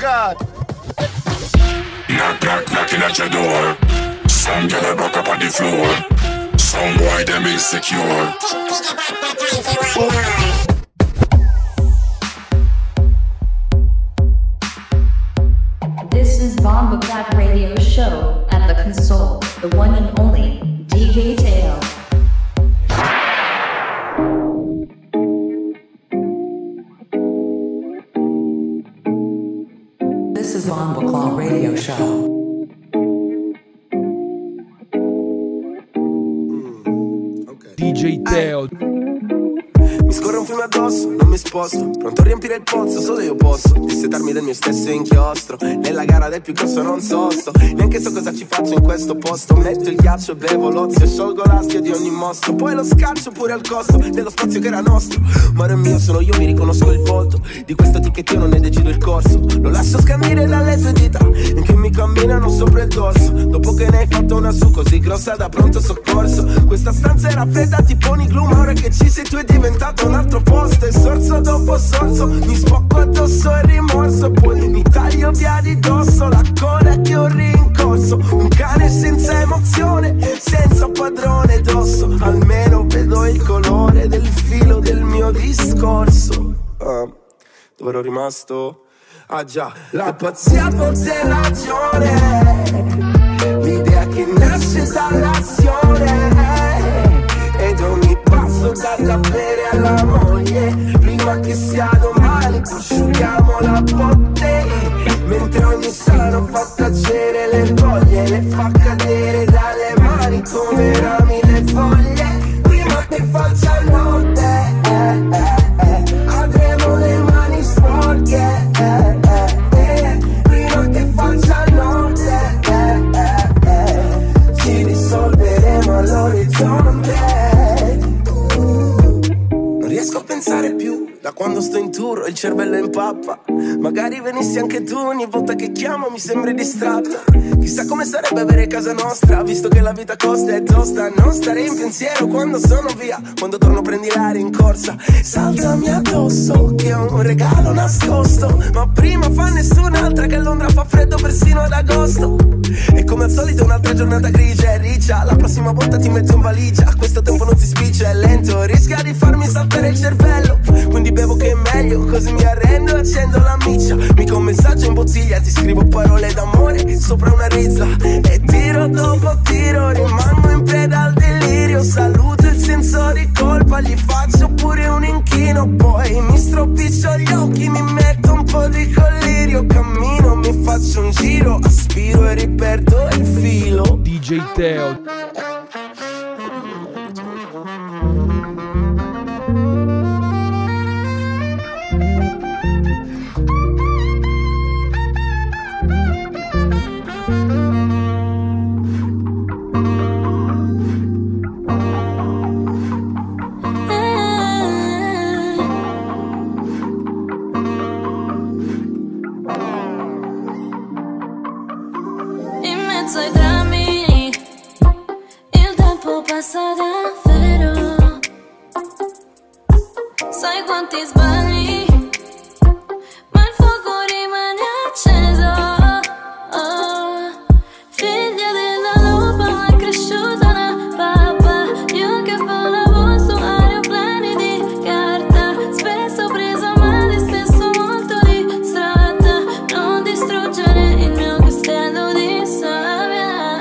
God. Knock, knock, knocking at your door. Some girl a broke up on the floor. Some boy them insecure. This is Bomba Clap Radio Show. At the console, the one and only DJ Teo. This is Bomba Clap Radio Show. DJ Teo. Mi scorre un fiume addosso, non mi sposto. Pronto a riempire il pozzo, solo io posso dissetarmi del mio stesso inchiostro. Nella gara del più grosso non sosto. Neanche so cosa ci faccio in questo posto. Metto il ghiaccio e bevo l'ozio e sciolgo l'astio di ogni mostro. Poi lo scaccio pure al costo dello spazio che era nostro. Mare mio, sono io, mi riconosco il volto. Di questo ticchettino non ne decido il corso. Lo lascio scandire dalle tue dita che mi camminano sopra il dorso. Dopo che ne hai fatto una su così grossa da pronto soccorso. Questa stanza era fredda tipo Niglum. Ora che ci sei tu è diventato un altro posto. E sorso dopo sorso mi spocco addosso il rimorso. Poi mi taglio via di dosso la coda che ho rincorso. Un cane senza emozione, senza padrone dosso. Almeno vedo il colore del filo del mio discorso. Dove ero rimasto? Ah già, la pazzia forse è ragione. L'idea che nasce dall'azione. Ed ogni passo da bere alla moglie. Prima che sia domani prosciughiamo la botte. Mentre ogni sano fa tacere le voglie. Le fa cadere dalle mani come rami le foglie. Prima che faccia notte avremo le mani sporche. Prima che faccia notte ci risolveremo all'orizzonte. Non riesco a pensare più da quando sto in tour, il cervello è in pappa. Magari venissi anche tu, ogni volta che chiamo mi sembri distratta. Chissà come sarebbe avere casa nostra, visto che la vita costa e tosta. Non stare in pensiero quando sono via, quando torno prendi l'aria in corsa. Saltami addosso che ho un regalo nascosto. Ma prima fa nessun'altra, che a Londra fa freddo persino ad agosto. E come al solito un'altra giornata grigia e riccia. La prossima volta ti metto in valigia, questo tempo non si spiccia, è lento, rischia di farmi saltare il cervello. Quindi bevo che è meglio, così mi arrendo e accendo la miccia. Mica un messaggio in bottiglia, ti scrivo parole d'amore sopra una rizza. E tiro dopo tiro, rimango in preda al delirio. Saluto il senso di colpa, gli faccio pure un inchino. Poi mi stropiccio gli occhi, mi metto un po' di collirio. Cammino, mi faccio un giro, aspiro e riperdo il filo. DJ Teo. Passa davvero, sai quanti sbagli, ma il fuoco rimane acceso. Figlia della lupa ma è cresciuta una pappa. Io che volavo su aeroplani di carta, spesso presa male, spesso molto distratta. Non distruggere il mio castello di sabbia.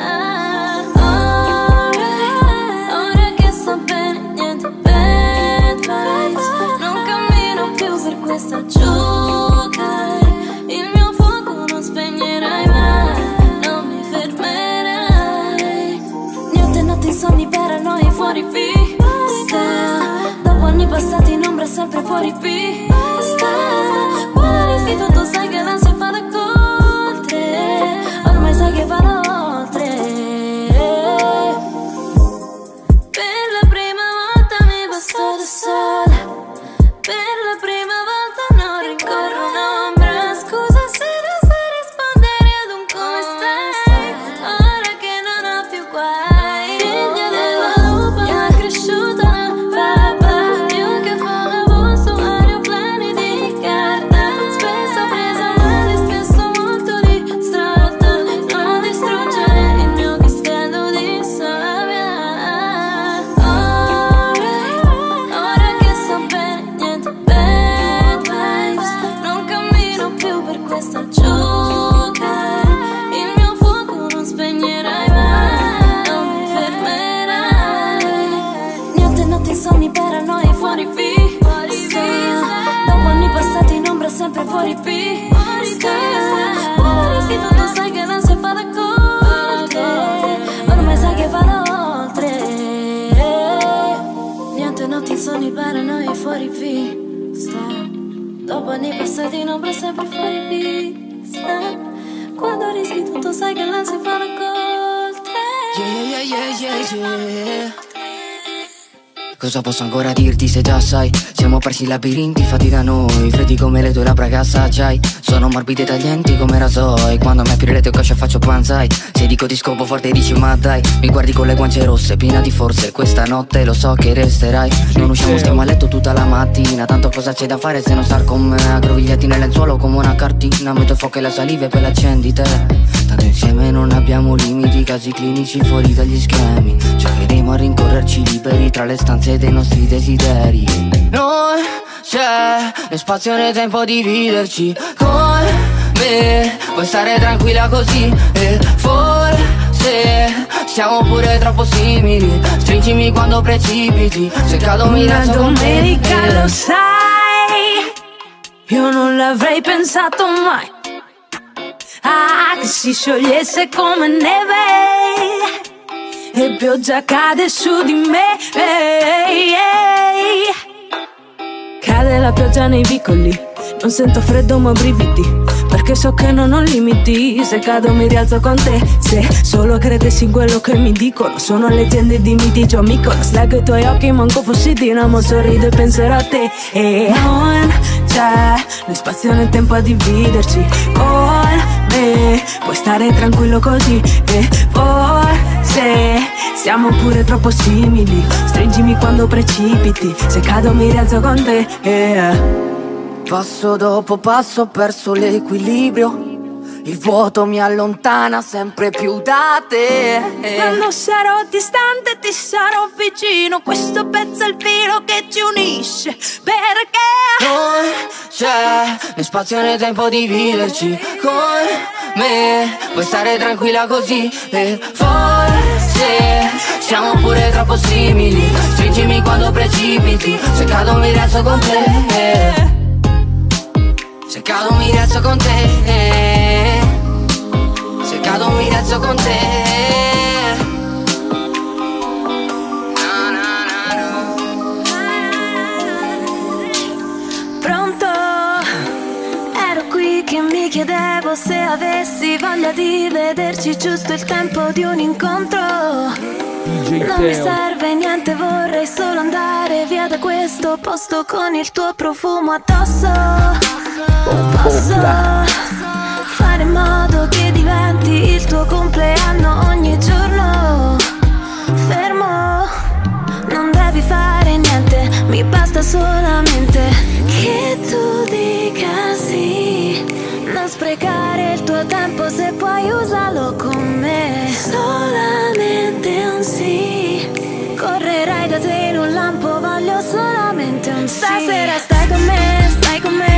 Questa gioca, il mio fuoco non spegnerai mai, non mi fermerai. Niente notte insonni, paranoia fuori pista. Dopo anni passati in ombra sempre fuori pista. Quale rischi tanto sai che l'ansia fa da oltre. Ormai sai che vado oltre. Per la prima volta mi basta da sola. Per la prima volta non rincorro un'ombra. Scusa se non sai rispondere ad un come stai, ora che non ho più guai. Figlia della lupa ma è cresciuta una pappa. Io che volavo su aeroplani paranoia fuori vista. Dopo anni passati non può sempre fuori vista. Quando rischi tutto sai che non si fa raccolte. Yeah. Cosa posso ancora dirti se già sai? Siamo persi labirinti fatti da noi, freddi come le tue labbra che assaggiai. Sono morbidi e taglienti come rasoi. Quando mi apri le tue cosce faccio panzai. Se dico ti scopo forte dici ma dai. Mi guardi con le guance rosse, piena di forze. Questa notte lo so che resterai. Non usciamo, stiamo a letto tutta la mattina. Tanto cosa c'è da fare se non star con me? Aggrovigliati nel lenzuolo come una cartina. Metto fuoco e la saliva e poi l'accendi te. Tanto insieme non abbiamo limiti, casi clinici fuori dagli schemi. Giocheremo a rincorrerci liberi tra le stanze dei nostri desideri. Non c'è né spazio né tempo a dividerci. Con me puoi stare tranquilla così. E forse siamo pure troppo simili. Stringimi quando precipiti. Se cado mi una lancio con te. domenica lo sai, io non l'avrei pensato mai. Ah, che si sciogliesse come neve e pioggia cade su di me. Cade la pioggia nei vicoli, non sento freddo ma brividi, perché so che non ho limiti. Se cado mi rialzo con te. Se solo credessi in quello che mi dicono, sono leggende di miti, io amico. Slaggo i tuoi occhi, manco fossi dinamo. Sorrido e penserò a te. E non c'è né spazio né tempo a dividerci. Con me puoi stare tranquillo così. E forse siamo pure troppo simili. Stringimi quando precipiti. Se cado mi rialzo con te. Passo dopo passo ho perso l'equilibrio. Il vuoto mi allontana sempre più da te. Quando sarò distante ti sarò vicino. Questo pezzo è il filo che ci unisce. Perché Non c'è né spazio né tempo a dividerci. Con me puoi stare tranquilla così. E forse siamo pure troppo simili. Stringimi quando precipiti. Se cado mi rialzo con te. Se cado mi rialzo con te. Se cado mi rialzo con te. No, no, no, no. Pronto? Ero qui che mi chiedevo se avessi voglia di vederci, giusto il tempo di un incontro. Non mi serve niente, vorrei solo andare via da questo posto con il tuo profumo addosso. Posso fare in modo che diventi il tuo compleanno ogni giorno. Fermo, non devi fare niente, mi basta solamente che tu dica sì. Non sprecare il tuo tempo, se puoi usarlo con me. Solamente un sì. Correrai da te in un lampo, voglio solamente un sì. Stasera stai con me, stai con me.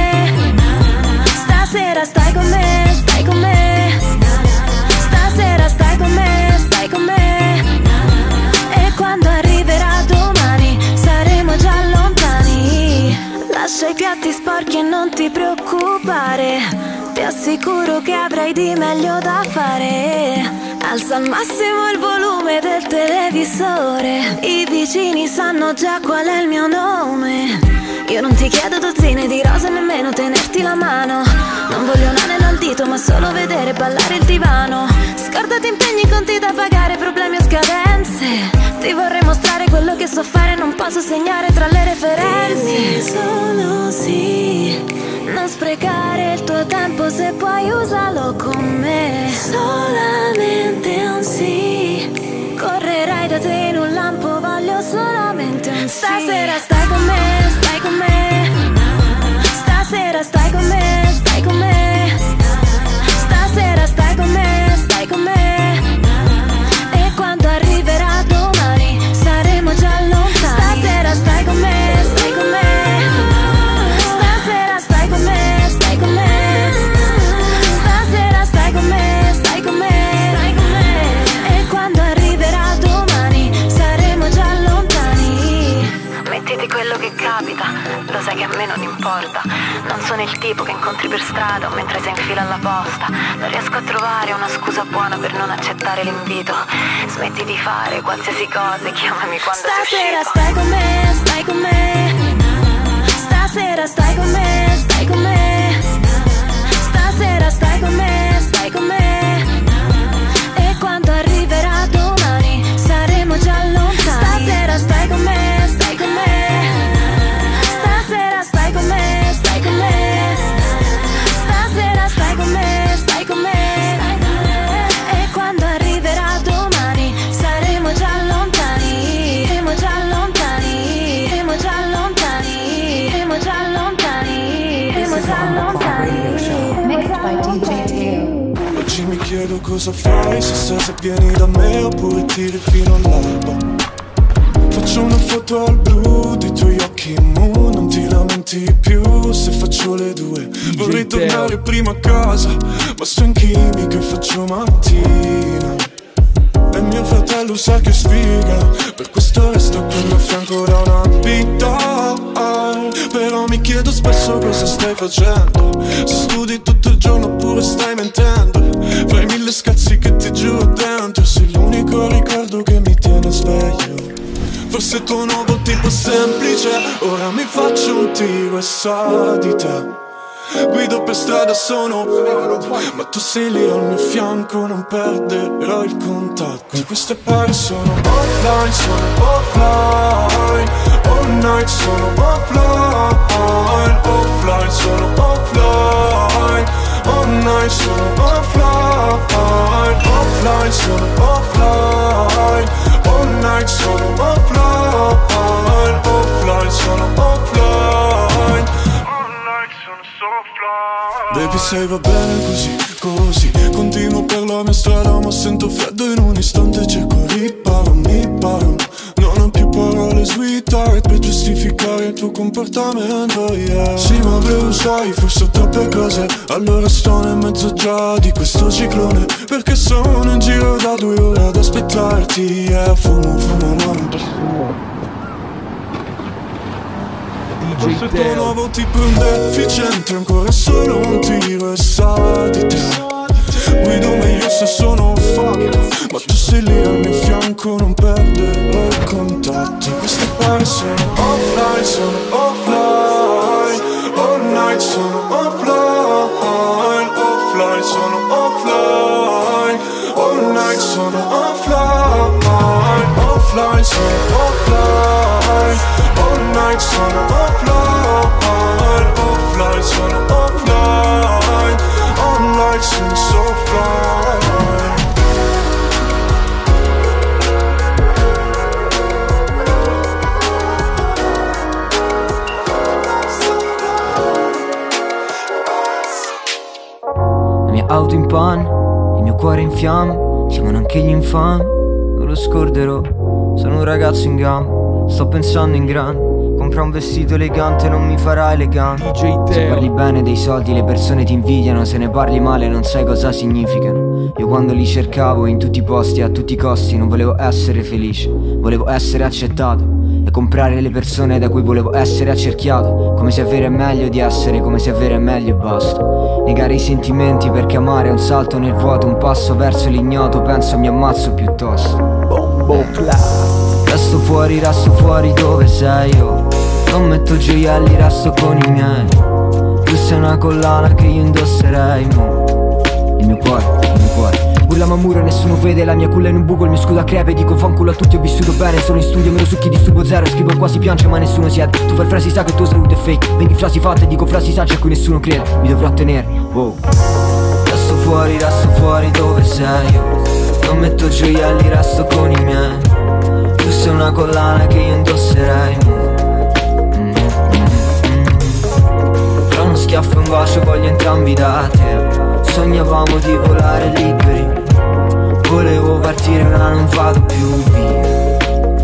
Stasera stai con me, stai con me. Stasera stai con me, stai con me. E quando arriverà domani saremo già lontani. Lascia i piatti sporchi e non ti preoccupare, ti assicuro che avrai di meglio da fare. Alza al massimo il volume del televisore, i vicini sanno già qual è il mio nome. Io non ti chiedo dozzine di rose, nemmeno tenerti la mano. Non voglio un anello al dito, ma solo vedere ballare il divano. Scordati impegni, conti da pagare, problemi o scadenze. Ti vorrei mostrare quello che so fare, non posso segnare tra le referenze. Dimmi solo sì, non sprecare il tuo tempo, se puoi usarlo con me. Solamente un sì. Correrai da te in un lampo, voglio solamente un sì. Stasera stai con me, stai con me. Stasera stai con me, stai con me. Stasera stai con me, stai con me. E quando arriverà domani saremo già lontani. Stasera stai con me, stai con me. Stasera stai con me, stai con me. Stasera stai con me, stai con me, stai con me. E quando arriverà domani saremo già lontani. Mettiti quello che capita, lo sai che a me non importa. Non sono il tipo che incontri per strada o mentre sei in fila alla posta. Non riesco a trovare una scusa buona per non accettare l'invito. Smetti di fare qualsiasi cosa e chiamami quando sei uscito. Stasera stai con me, stai con me. Stasera stai con me, stai con me. Stasera stai con me, stai con me. E quando arriverà domani saremo già lontani. Stasera stai con me, stai con me. Stasera stai con me, stai con me. Stasera stai con me, stai con me. E quando arriverà domani saremo già lontani. Saremo già lontani. Saremo già lontani. Saremo già lontani. Saremo già lontani. Mixed by DJ Teo. Oggi mi chiedo cosa fai, se sai se vieni da me oppure tiri fino all'alba. Faccio una foto al blu dei tuoi occhi mu, non ti lamenti più se faccio le due. Vorrei tornare prima a casa, ma sto in chimica e faccio mattina. E mio fratello sa che sfiga, per questo resto qui al mio fianco da una vita. Però mi chiedo spesso cosa stai facendo, se studi tutto il giorno oppure stai mentendo. Fra i mille scazzi che ti giuro dentro, sei l'unico ricordo che mi tiene sveglio. Forse il tuo nuovo tipo semplice, ora mi faccio un tiro e so di te. Guido per strada sono ma tu sei lì al mio fianco, non perderò il contatto. Queste pare sono offline, sono offline. All night sono offline. Offline sono offline. All night sono offline. Offline sono offline. All night sono offline. Offline sono offline. Baby sai va bene così, così. Continuo per la mia strada ma sento freddo in un istante. Cerco riparo, mi paro. Non ho più parole sweetheart per giustificare il tuo comportamento, yeah. Sì ma blu sai, forse ho troppe cose. Allora sto nel mezzo già di questo ciclone, perché sono in giro da 2 ore ad aspettarti, yeah. Fumo, fumo, no. Forse il tuo nuovo tipo è un deficiente, ancora solo un tiro e sa di te. Guido meglio se sono fuck, ma tu sei lì al mio fianco, non perderò il contatto. Queste pare sono offline, sono offline. All night sono offline. Offline sono offline. All night sono offline. Offline sono offline. All night sono offline. Offline sono offline. All night sono so offline. La mia auto in panne, il mio cuore in fiamme, chiamano anche gli infami, non lo scorderò, sono un ragazzo in gamba, sto pensando in grande. Compra un vestito elegante, non mi farà elegante. Se parli bene dei soldi le persone ti invidiano, se ne parli male non sai cosa significano. Io quando li cercavo in tutti i posti a tutti i costi non volevo essere felice, volevo essere accettato e comprare le persone da cui volevo essere accerchiato. Come se avere è meglio di essere, come se avere è meglio e basta. Negare i sentimenti perché amare è un salto nel vuoto, un passo verso l'ignoto, penso mi ammazzo piuttosto. Bombo clap. Resto fuori dove sei io. Non metto gioielli, resto con i miei. Tu sei una collana che io indosserei, mo. Il mio cuore Urlamo a muro e nessuno vede, la mia culla in un buco, il mio scudo a crepe. Dico fanculo a tutti, ho vissuto bene, sono in studio, me lo succhi, disturbo zero. Scrivo quasi piange ma nessuno siede. Tu fai frasi sa che tua salute è fake. Vendi frasi fatte, dico frasi sagge a cui nessuno crede. Mi dovrò tenere, wow. Resto fuori dove sei io. Non metto gioielli, resto con i miei. Tu sei una collana che io indosserei, Tra uno schiaffo e un bacio voglio entrambi da te. Sognavamo di volare liberi. Volevo partire ma non vado più via.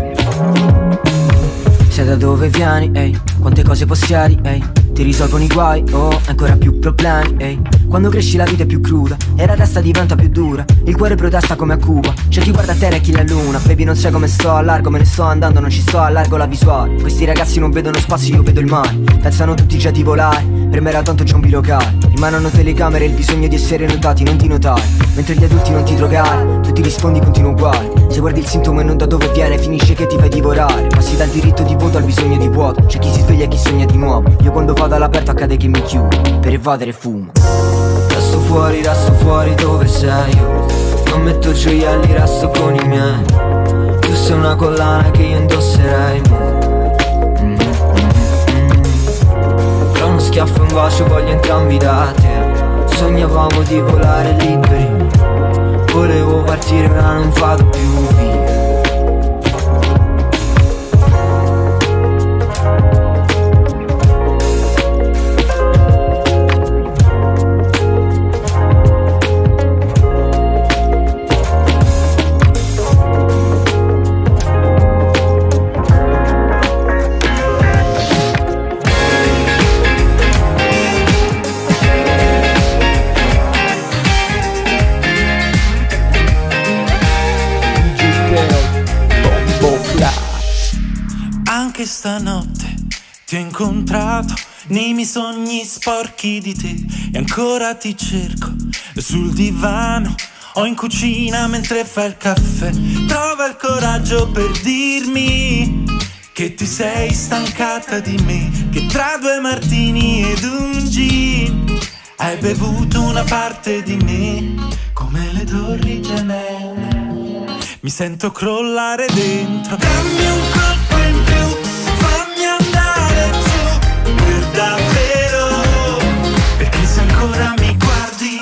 Sai da dove vieni, ehi? Quante cose possiedi, ehi? Ti risolvono i guai, oh, ancora più problemi, ehi? Quando cresci la vita è più cruda e la testa diventa più dura. Il cuore protesta come a Cuba. C'è chi guarda a terra e chi la luna. Baby non sai come sto, a largo me ne sto andando, non ci sto, allargo la visuale. Questi ragazzi non vedono spazio, io vedo il mare. Pensano tutti già di volare, per me era tanto già un bilocale. In mano hanno telecamere e il bisogno di essere notati, non di notare. Mentre gli adulti non ti drogare, tu ti rispondi continuo uguale. Se guardi il sintomo e non da dove viene, finisce che ti fai divorare. Passi dal diritto di voto al bisogno di vuoto. C'è chi si sveglia e chi sogna di nuovo. Io quando vado all'aperto accade che mi chiudo per evadere fumo. Resto fuori dove sei. Non metto gioielli, resto con i miei. Tu sei una collana che io indosserei. Tra uno schiaffo e un bacio voglio entrambi da te. Sognavamo di volare liberi. Volevo partire ma non vado più via. Anche stanotte ti ho incontrato nei miei sogni sporchi di te e ancora ti cerco sul divano o in cucina mentre fai il caffè. Trova il coraggio per dirmi che ti sei stancata di me, che tra 2 martini ed un gin hai bevuto una parte di me come le torri gemelle. Mi sento crollare dentro. Dammi un colpo in più, fammi andare giù per davvero, perché se ancora mi guardi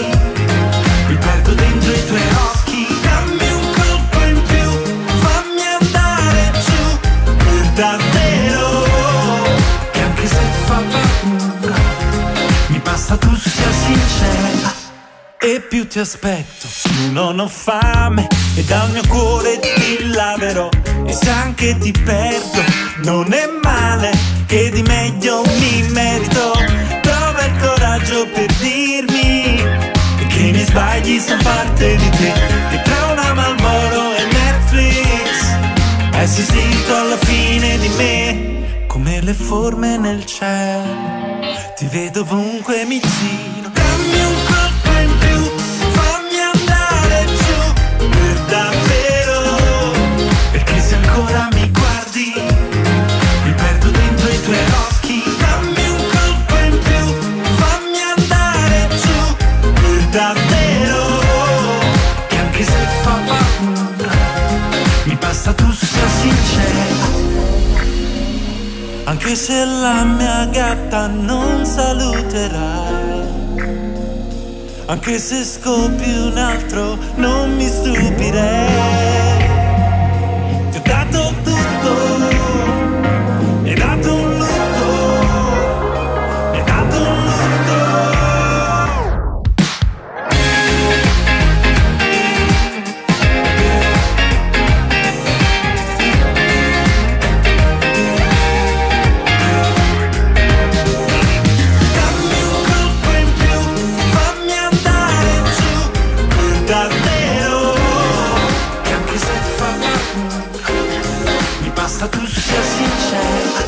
mi perdo dentro i tuoi occhi. Dammi un colpo in più, fammi andare giù per davvero, che anche se fa paura mi basta tu sia sincera. E più ti aspetto, non ho fame e dal mio cuore ti laverò. E se anche ti perdo, non è male, che di meglio mi merito. Trova il coraggio per dirmi che i miei sbagli sono parte di te, che tra una Marlboro e Netflix hai assistito alla fine di me. Come le forme nel cielo, ti vedo ovunque mi giro. Dammi un colpo in più, fammi andare giù per davvero, perché se ancora mi guardi mi perdo dentro i tuoi occhi. Dammi un colpo in più, fammi andare giù per davvero, che anche se fa paura mi basta tu sia sincera. Anche se la mia gatta non saluterai, anche se scopi un altro non mi stupirei. Ti ho dato tutto, mi hai dato un lutto, mi hai dato un lutto. Tu sia sincera.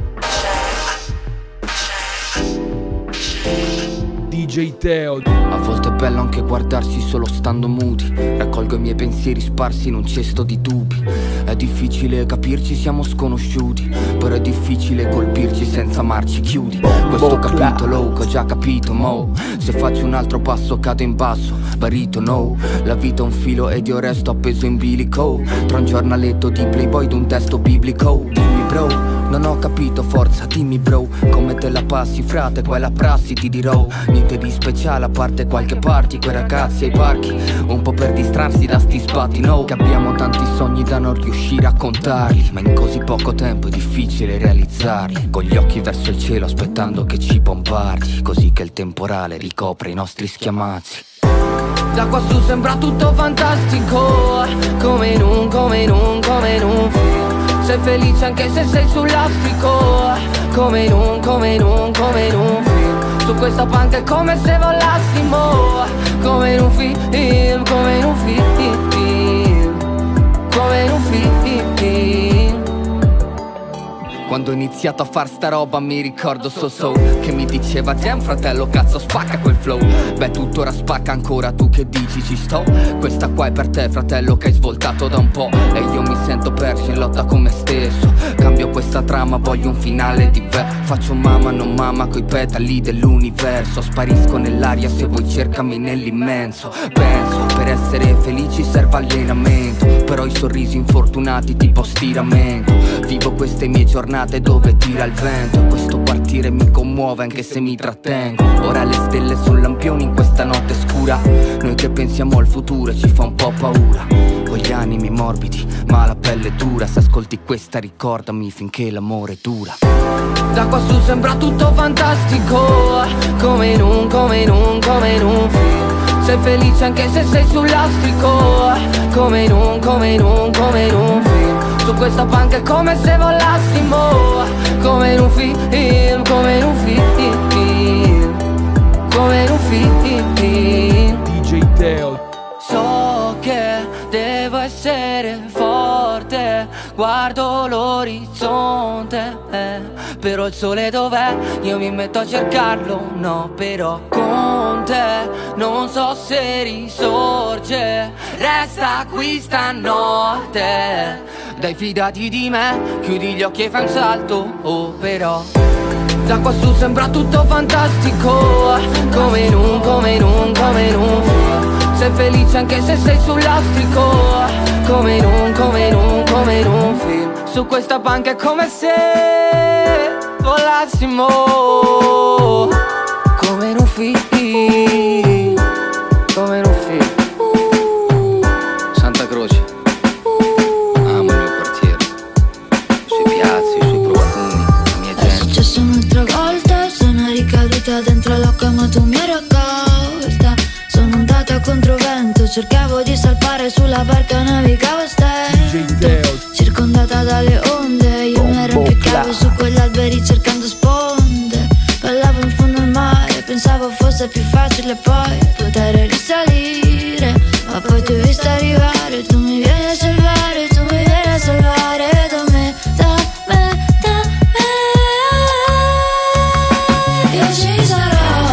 DJ Teo. A volte è bello anche guardarsi solo stando muti. Raccolgo i miei pensieri sparsi in un cesto di tubi. È difficile capirci, siamo sconosciuti, però è difficile colpirci senza amarci chiudi. Questo capitolo che ho già capito, mo. Se faccio un altro passo cado in basso, baritono. La vita è un filo ed io resto appeso in bilico tra un giornaletto di Playboy ed un testo biblico. Dimmi bro, non ho capito, forza dimmi bro, come te la passi frate, quella prassi ti dirò. Niente di speciale a parte qualche party, quei ragazzi ai parchi, un po' per distrarsi da sti spatti, no. Che abbiamo tanti sogni da non riuscire a contarli, ma in così poco tempo è difficile realizzarli. Con gli occhi verso il cielo aspettando che ci bombardi, così che il temporale ricopre i nostri schiamazzi. Da quassù sembra tutto fantastico, come in un film. Sei felice anche se sei sul lastrico, come in un film. Su questa panca è come se volassimo, come in un film, come in un film, come in un film. Quando ho iniziato a far sta roba mi ricordo so che mi diceva Gem fratello cazzo spacca quel flow. Beh tuttora spacca ancora, tu che dici ci sto? Questa qua è per te fratello che hai svoltato da un po'. E io mi sento perso in lotta con me stesso. Cambio questa trama, voglio un finale diverso. Faccio mamma non mamma coi petali dell'universo. Sparisco nell'aria se vuoi cercami nell'immenso. Penso per essere felici serve allenamento, però i sorrisi infortunati tipo stiramento. Vivo queste mie giornate dove tira il vento, e questo quartiere mi commuove anche se mi trattengo. Ora le stelle sono lampioni in questa notte scura. Noi che pensiamo al futuro ci fa un po' paura. Ho gli animi morbidi ma la pelle è dura. Se ascolti questa ricordami finché l'amore dura. Da quassù sembra tutto fantastico, come in un film. Sei felice anche se sei sul lastrico, come in un film. Su questa panca è come se volassimo, come in un film, come in un film, come in un film. DJ Teo. So che devo essere forte, guardo l'orizzonte, però il sole dov'è? Io mi metto a cercarlo, no però con te non so se risorge. Resta qui stanotte, dai fidati di me, chiudi gli occhi e fai un salto, oh però da quassù sembra tutto fantastico, come in un film. Sei felice anche se sei sul lastrico, come in un film. Su questa panca è come se volassimo, come in un film, come in un film. Santa Croce, amo il mio quartiere, sui piazzi, sui profumi, la mia gente. È successo un'altra volta, sono ricaduta dentro l'acqua ma tu mi hai raccolta. Sono andata contro vento, cercavo di salpare sulla barca, navigavo a stento. Circondata dalle onde, io mi arrampicavo su quegli alberi cercando sponde. Ballavo in fondo al mare, pensavo fosse più facile poi poter risalire. Ma poi ti ho visto arrivare, tu mi vieni a salvare, tu mi vieni a salvare da me, da me, da me. Io ci sarò.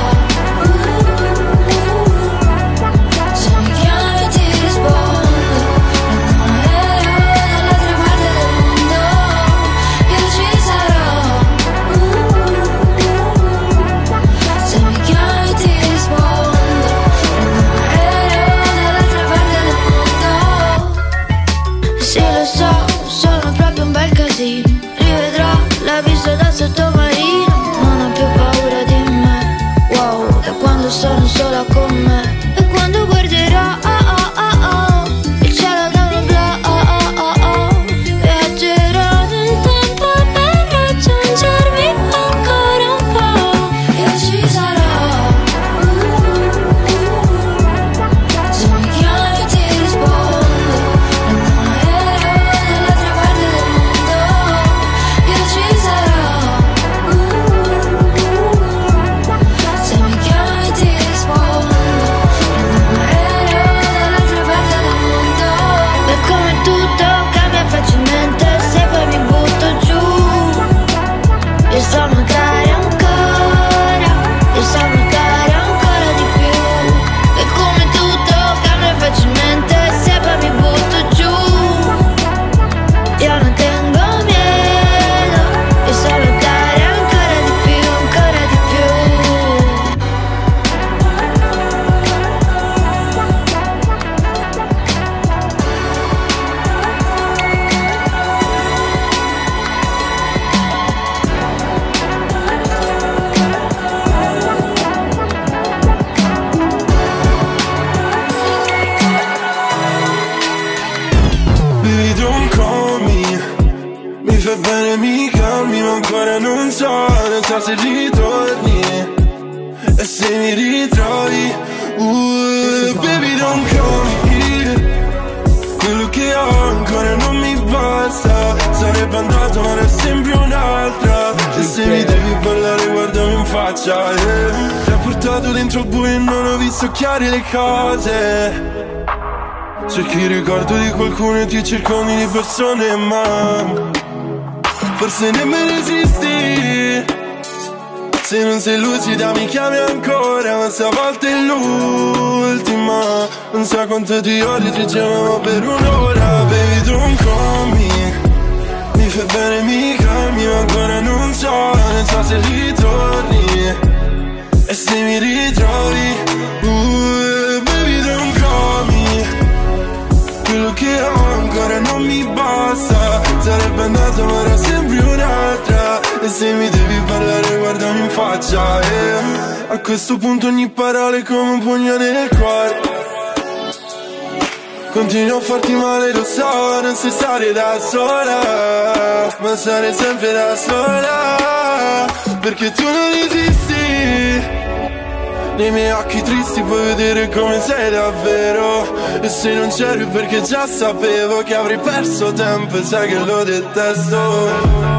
Rivedrò l'avviso dal sottomarino. Non ho più paura di me, wow, da quando sono sola con me. E quando guarderò il cielo da un blu, viaggerò nel tempo per raggiungermi ancora un po'. Io ci sarò, se mi chiami ti rispondo. Se ritorni e se mi ritrovi, baby don't call me. Quello che ho ancora non mi basta. Sarebbe andato ma è sempre un'altra. E se mi devi parlare guardami in faccia, Ti ha portato dentro il buio e non ho visto chiare le cose. Cerchi il ricordo di qualcuno e ti circondi di persone ma forse nemmeno esisti. Se non sei lucida mi chiami ancora, ma stavolta è l'ultima. Non so quanto ti odio, ti chiamavo per un'ora. Baby don't call me, mi fai bene, mi calmi, ma ancora non so se ritorni e se mi ritrovi. Baby don't call me, quello che ho ancora non mi basta. Sarebbe andato ma ora sembri un'altra. E se mi devi parlare guardami in faccia. A questo punto ogni parola è come un pugnale nel cuore. Continuo a farti male, lo so, non sai stare da sola, ma stare sempre da sola, perché tu non esisti. Nei miei occhi tristi puoi vedere come sei davvero. E se non c'eri perché già sapevo che avrei perso tempo, e sai che lo detesto.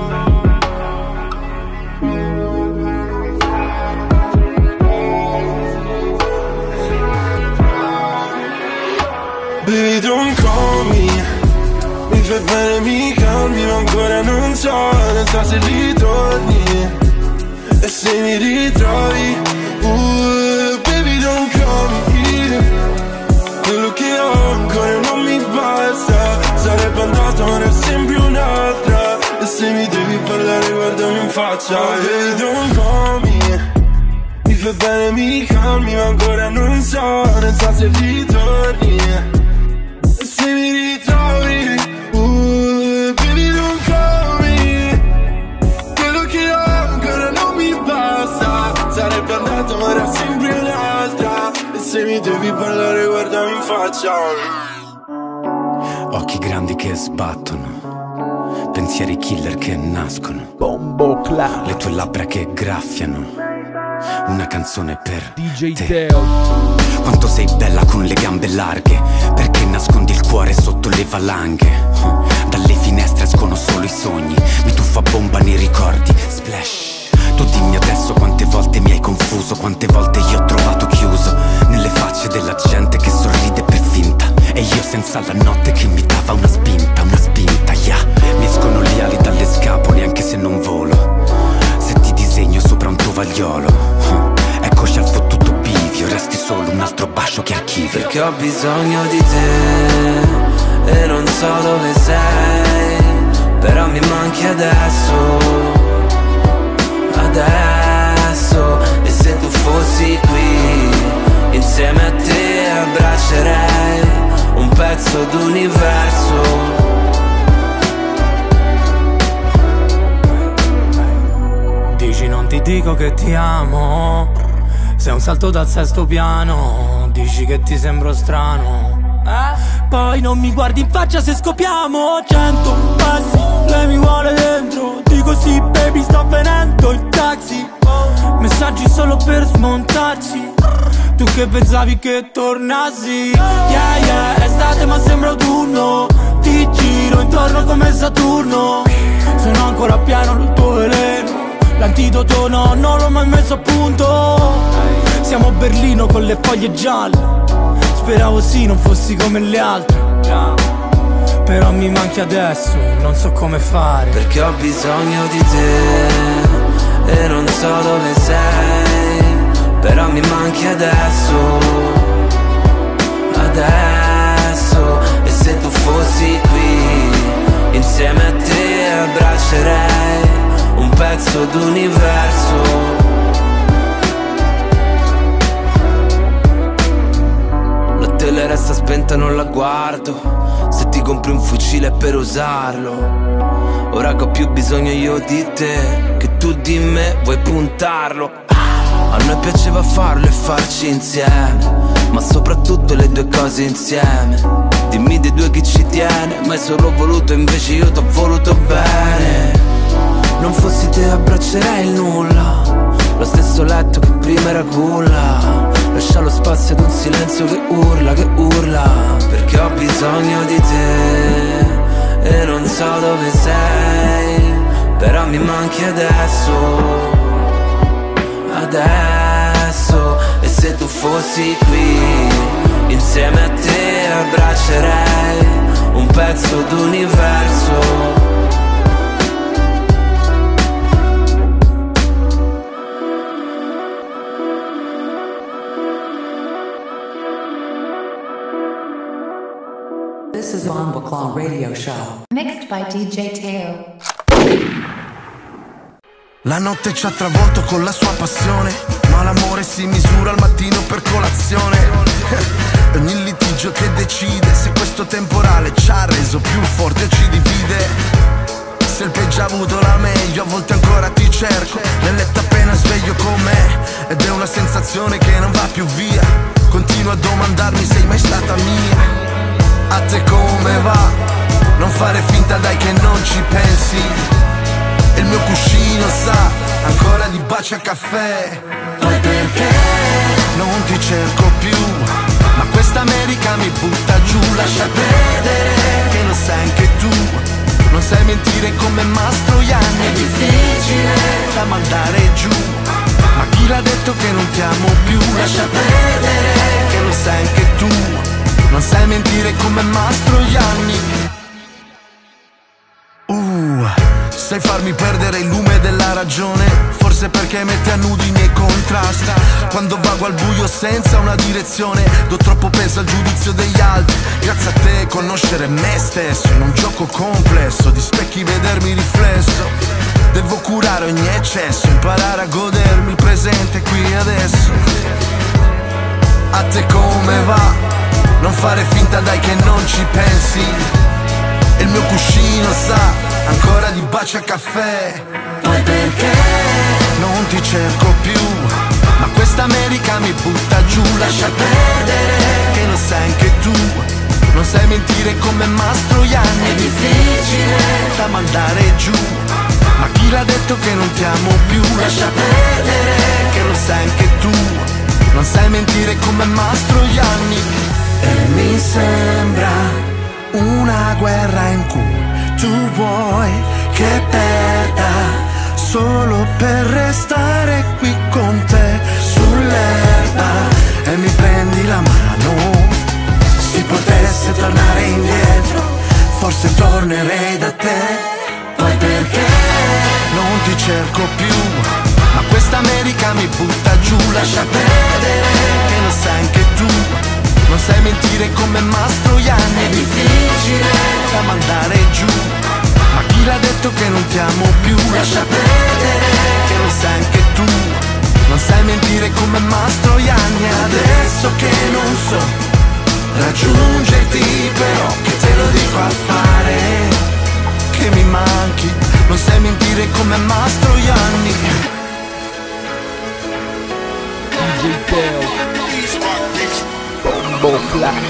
Baby don't call me, mi fai bene, mi calmi, ma ancora non so se ritorni e se mi ritrovi. Baby don't call me, quello che ho ancora non mi basta. Sarebbe andato ma ora sembri un'altra. E se mi devi parlare guardami in faccia. Baby don't call me, mi fai bene, mi calmi, ma ancora non so se ritorni. Se mi ritrovi, baby don't call me, quello che ho ancora non mi basta. Sarebbe andato ma ora sembri un'altra. E se mi devi parlare guardami in faccia. Occhi grandi che sbattono, pensieri killer che nascono, Bombo Clan, le tue labbra che graffiano, una canzone per DJ te. Teo. Quanto sei bella con le gambe larghe, perché nascondi il cuore sotto le valanghe. Dalle finestre escono solo i sogni, mi tuffa bomba nei ricordi, splash. Tu dimmi adesso quante volte mi hai confuso, quante volte io ho trovato chiuso nelle facce della gente che sorride per finta, e io senza la notte che mi dava una spinta, yeah. Mi escono le ali dalle scapole anche se non volo, se ti disegno sopra un tovagliolo. Eccoci al fottuto bivio, resti solo un altro bacio che archivio. Perché ho bisogno di te e non so dove sei, però mi manchi adesso, adesso. E se tu fossi qui, insieme a te abbraccerei un pezzo d'universo. Dici non ti dico che ti amo, sei un salto dal sesto piano. Dici che ti sembro strano, poi non mi guardi in faccia se scopiamo. 100 passi, lei mi vuole dentro. Dico sì baby sto venendo il taxi. Messaggi solo per smontarci. Tu che pensavi che tornassi. Yeah yeah, è estate ma sembra autunno. Ti giro intorno come Saturno. Sono ancora pieno del tuo veleno. L'antidoto no, non l'ho mai messo a punto. Siamo a Berlino con le foglie gialle. Speravo sì, non fossi come le altre. Però mi manchi adesso, non so come fare. Perché ho bisogno di te e non so dove sei, però mi manchi adesso, adesso. E se tu fossi qui, insieme a te abbraccerei un pezzo d'universo. La tele resta spenta, non la guardo. Se ti compri un fucile è per usarlo. Ora che ho più bisogno io di te che tu di me vuoi puntarlo. A noi piaceva farlo e farci insieme, ma soprattutto le due cose insieme. Dimmi dei due chi ci tiene, ma hai solo voluto, invece io t'ho voluto bene. Non fossi te abbraccerei il nulla, lo stesso letto che prima era culla. Lascia lo spazio ad un silenzio che urla, che urla. Perché ho bisogno di te e non so dove sei, però mi manchi adesso, adesso. E se tu fossi qui, insieme a te abbraccerei un pezzo d'universo. This is on Baclaw Radio Show. Mixed by DJ Teo. La notte ci ha travolto con la sua passione, ma l'amore si misura al mattino per colazione. Ogni litigio che decide se questo temporale ci ha reso più forti o ci divide. Se il peggio ha avuto la meglio, a volte ancora ti cerco nel letto appena sveglio con me, ed è una sensazione che non va più via. Continuo a domandarmi, sei mai stata mia? A te come va? Non fare finta dai che non ci pensi. Il mio cuscino sa ancora di baci a caffè. Poi perché non ti cerco più? Ma questa America mi butta giù. Lascia perdere che lo sai anche tu. Non sai mentire come Mastroianni. È difficile da mandare giù. Ma chi l'ha detto che non ti amo più? Lascia perdere che lo sai anche tu. Non sai mentire come Mastroianni. Sai farmi perdere il lume della ragione, forse perché metti a nudo i miei contrasti. Quando vago al buio senza una direzione, do troppo peso al giudizio degli altri. Grazie a te conoscere me stesso in un gioco complesso di specchi vedermi riflesso. Devo curare ogni eccesso, imparare a godermi il presente qui e adesso. A te come va? Non fare finta dai che non ci pensi. Il mio cuscino sa ancora di baci a caffè. Poi perché non ti cerco più? Ma questa America mi butta giù. Lascia perdere che lo sai anche tu. Non sai mentire come Mastroianni. È difficile da mandare giù. Ma chi l'ha detto che non ti amo più? Lascia perdere che lo sai anche tu. Non sai mentire come Mastroianni. E mi sembra una guerra in cui tu vuoi che perda solo per restare qui con te sull'erba e mi prendi la mano. Si potesse tornare indietro, forse tornerei da te. Poi perché non ti cerco più? Ma questa America mi butta giù. Lascia perdere che lo sai anche tu. Non sai mentire come Mastroianni. È difficile da mandare giù. Ma chi l'ha detto che non ti amo più? Lascia perdere che lo sai anche tu. Non sai mentire come Mastroianni. Adesso che non so raggiungerti, però che te lo dico a fare, che mi manchi. Non sai mentire come Mastroianni. DJ Teo. Non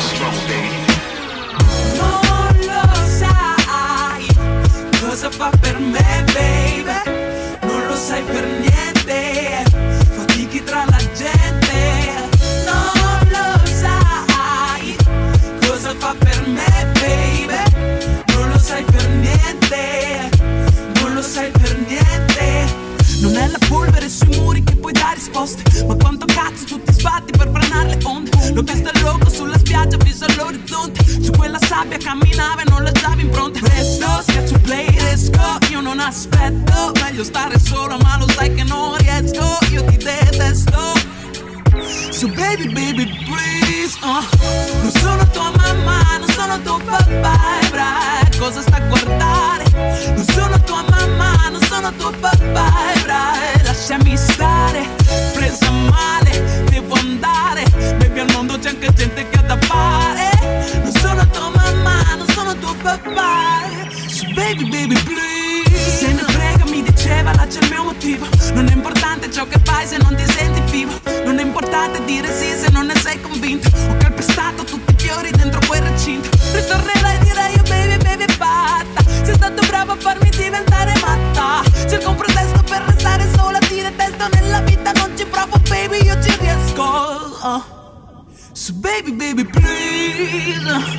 lo sai cosa fa per me, baby. Non lo sai per niente. Fatichi tra la gente. Non lo sai cosa fa per me, baby. Non lo sai per niente. Non lo sai per niente. Non è la polvere sui muri che puoi dare risposte, ma quanto cazzo tu ti sbatti per frenare le onde. L'ho vista loco sulla spiaggia, viso all'orizzonte. Su quella sabbia camminava e non lasciava impronte. Presto, schiaccio play, esco, io non aspetto. Meglio stare solo, ma lo sai che non riesco. Io ti detesto. So baby, baby, please, non sono tua mamma, non sono tuo papà. E bra, cosa sta a guardare? Non sono tua mamma, non sono tuo papà. E bra, lasciami stare, presa male, devo andare. Baby, al mondo c'è anche gente che ha da fare. Non sono tua mamma, non sono tuo papà. So baby, baby, please. Se ne frega, mi diceva, là c'è il mio motivo. Non è importante ciò che fai se non ti senti vivo. Non è importante dire sì se non ne sei convinto. Ho calpestato tutti i fiori dentro quel recinto. Ritornerai e direi io baby, baby, fatta. Sei stato bravo a farmi diventare matta. Cerco un pretesto per restare sola, ti detesto nella vita, non ci provo baby, io ci riesco. So baby, baby, please.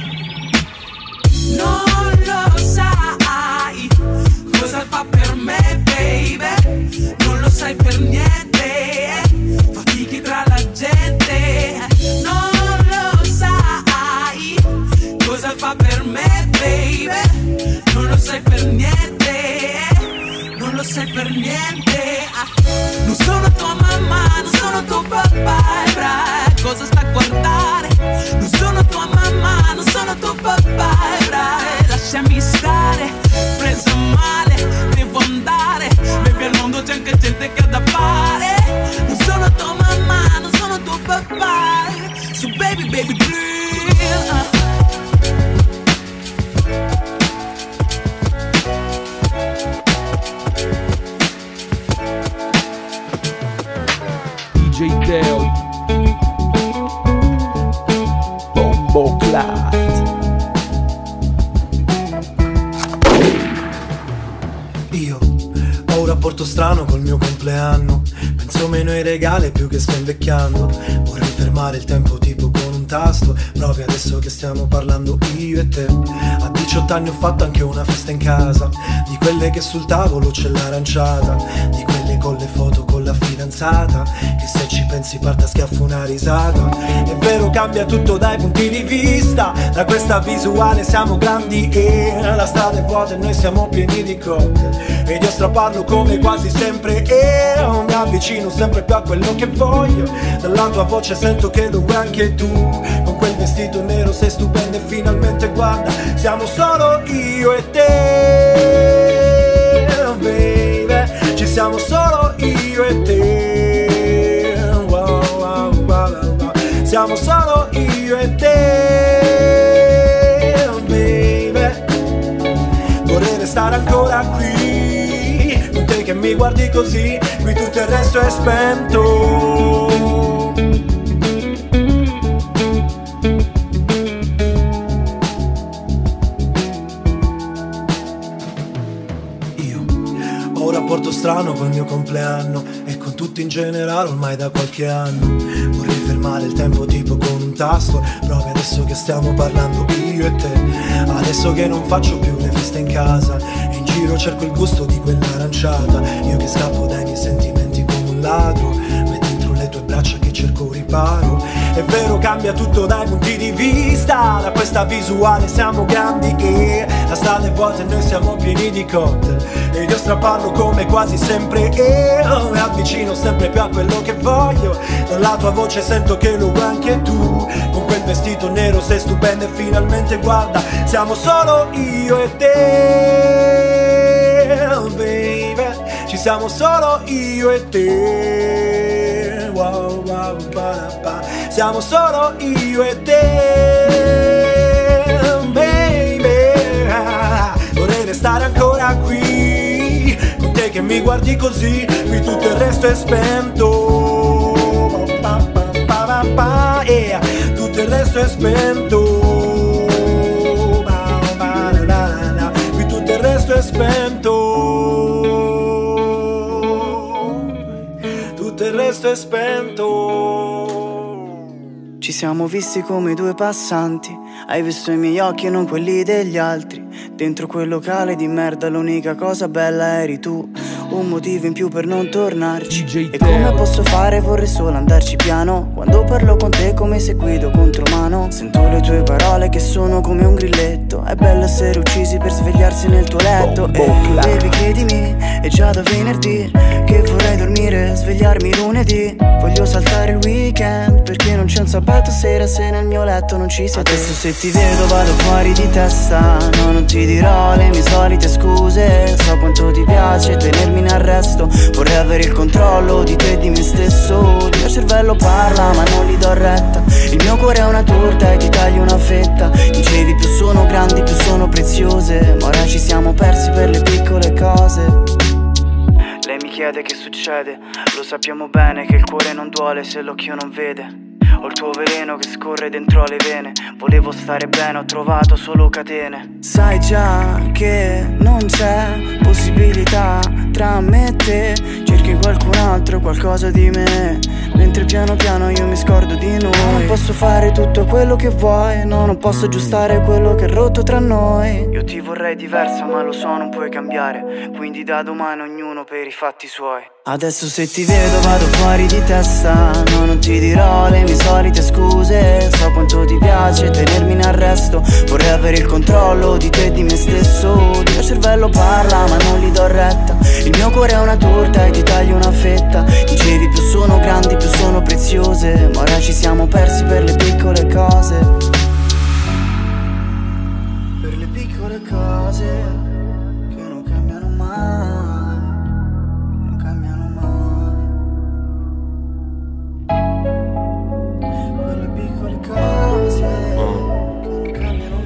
Non lo sai cosa fa per me, baby. Non lo sai per niente. Fatichi tra la gente. Non lo sai cosa fa per me, baby. Non lo sai per niente. Non lo sai per niente. Non sono tua mamma, non sono tuo papà. Bra, cosa sta a guardare? Non sono tua mamma, non sono tuo papà. lasciami stare, preso male, devo andare. Baby, al mondo c'è anche gente che ha da fare. Non sono tua mamma, non sono tuo papà. So baby, baby, please. DJ Teo, Bombo Clat. Io ho un rapporto strano col mio compleanno. Penso meno ai regali più che sto invecchiando. Vorrei fermare il tempo tipo con un tasto, proprio adesso che stiamo parlando io e te. A 18 anni ho fatto anche una festa in casa, di quelle che sul tavolo c'è l'aranciata, di quelle con le foto con la fidanzata, che se ci pensi parte a schiaffo una risata. È vero, cambia tutto dai punti di vista, da questa visuale siamo grandi e la strada è vuota e noi siamo pieni di cocktail. Ed io strapparlo come quasi sempre e mi avvicino sempre più a quello che voglio. Dalla tua voce sento che lo vuoi anche tu, con quel vestito nero sei stupenda e finalmente guarda, siamo solo io e te, baby. Ci siamo solo io e te, wow, wow, wow, wow. Siamo solo io e te, baby. Vorrei restare ancora qui, con te che mi guardi così, qui tutto il resto è spento. Ho un rapporto strano col mio compleanno e con tutti in generale ormai da qualche anno. Vorrei fermare il tempo tipo con un tasto, proprio adesso che stiamo parlando io e te. Adesso che non faccio più le feste in casa e in giro cerco il gusto di quell'aranciata. Io che scappo dai miei sentimenti come un ladro, ma è dentro le tue braccia che cerco un riparo. È vero, cambia tutto dai punti di vista, da questa visuale siamo grandi e la strada è vuota e noi siamo pieni di cocktail. Ed io strapparlo come quasi sempre e mi avvicino sempre più a quello che voglio. Dalla tua voce sento che lo vuoi anche tu, con quel vestito nero sei stupenda e finalmente guarda, siamo solo io e te, baby. Ci siamo solo io e te, wow, wow, ba-da-ba. Siamo solo io e te, baby. Vorrei restare ancora qui, con te che mi guardi così, qui tutto il resto è spento. Yeah. Tutto il resto è spento. Qui tutto il resto è spento. Tutto il resto è spento. Ci siamo visti come due passanti, hai visto i miei occhi e non quelli degli altri. Dentro quel locale di merda l'unica cosa bella eri tu, un motivo in più per non tornarci. E come posso fare? Vorrei solo andarci piano, quando parlo con te come se guido contromano. Sento le tue parole che sono come un grilletto, è bello essere uccisi per svegliarsi nel tuo letto. E baby credimi, è già da venerdì che vorrei dormire, svegliarmi lunedì. Voglio saltare il weekend perché non c'è un sabato sera se nel mio letto non ci sei. Adesso se ti vedo vado fuori di testa, no, non ti dirò le mie solite scuse. So quanto ti piace tenermi in arresto, vorrei avere il controllo di te e di me stesso. Il mio cervello parla ma non gli do retta, il mio cuore è una torta e ti taglio una fetta. Dicevi più sono grandi più sono preziose, ma ora ci siamo persi per le piccole cose. Lei mi chiede che succede, lo sappiamo bene che il cuore non duole se l'occhio non vede. Ho il tuo veleno che scorre dentro le vene, volevo stare bene, ho trovato solo catene. Sai già che non c'è possibilità tra me e te, cerchi qualcun altro, qualcosa di me, mentre piano piano io mi scordo di noi. Non posso fare tutto quello che vuoi, no, non posso aggiustare quello che è rotto tra noi. Io ti vorrei diversa ma lo so non puoi cambiare, quindi da domani ognuno per i fatti suoi. Adesso se ti vedo vado fuori di testa, no, non ti dirò le mie solite scuse. So quanto ti piace tenermi in arresto, vorrei avere il controllo di te e di me stesso. Il mio cervello parla ma non gli do retta, il mio cuore è una torta e ti taglio una fetta. Dicevi più sono grandi più sono preziose, ma ora ci siamo persi per le piccole cose. Per le piccole piccole cose che non cambiano mai, non cambiano mai. Quelle piccole cose che non cambiano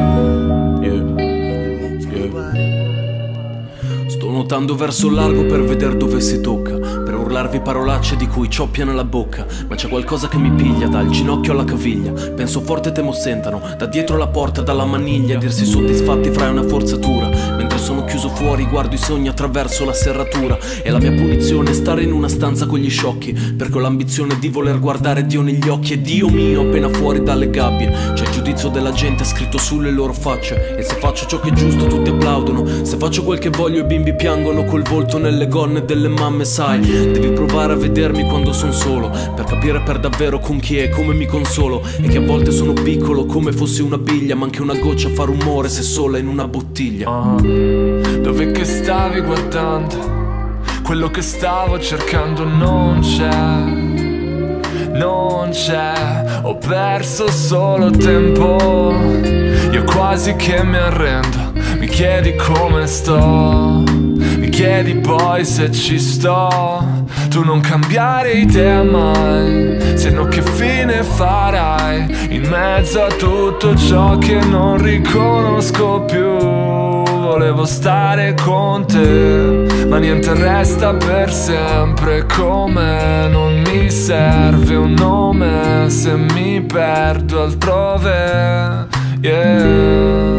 mai. Sto nuotando verso il largo per vedere dove si tocca, per urlarvi parolacce di cui cioppiano la bocca. Ma c'è qualcosa che mi piglia dal ginocchio alla caviglia. Penso forte temo sentano da dietro la porta, dalla maniglia. Dirsi soddisfatti fra una forzatura. Mentre sono chiuso fuori guardo i sogni attraverso la serratura. E la mia punizione è stare in una stanza con gli sciocchi, perché ho l'ambizione di voler guardare Dio negli occhi. E Dio mio appena fuori dalle gabbie c'è il giudizio della gente scritto sulle loro facce. E se faccio ciò che è giusto tutti applaudono, se faccio quel che voglio i bimbi piangono col volto nelle gonne delle mamme. Sai, devi provare a vedermi quando son solo, per capire per davvero con chi è, come mi consolo. E che a volte sono piccolo come fossi una biglia, ma anche una goccia fa rumore se sola in una bottiglia. Dove che stavi guardando? Quello che stavo cercando non c'è, non c'è. Ho perso solo tempo, io quasi che mi arrendo. Mi chiedi come sto, mi chiedi poi se ci sto. Tu non cambiare idea mai, se no che fine farai in mezzo a tutto ciò che non riconosco più. Volevo stare con te, ma niente resta per sempre come. Non mi serve un nome se mi perdo altrove, yeah.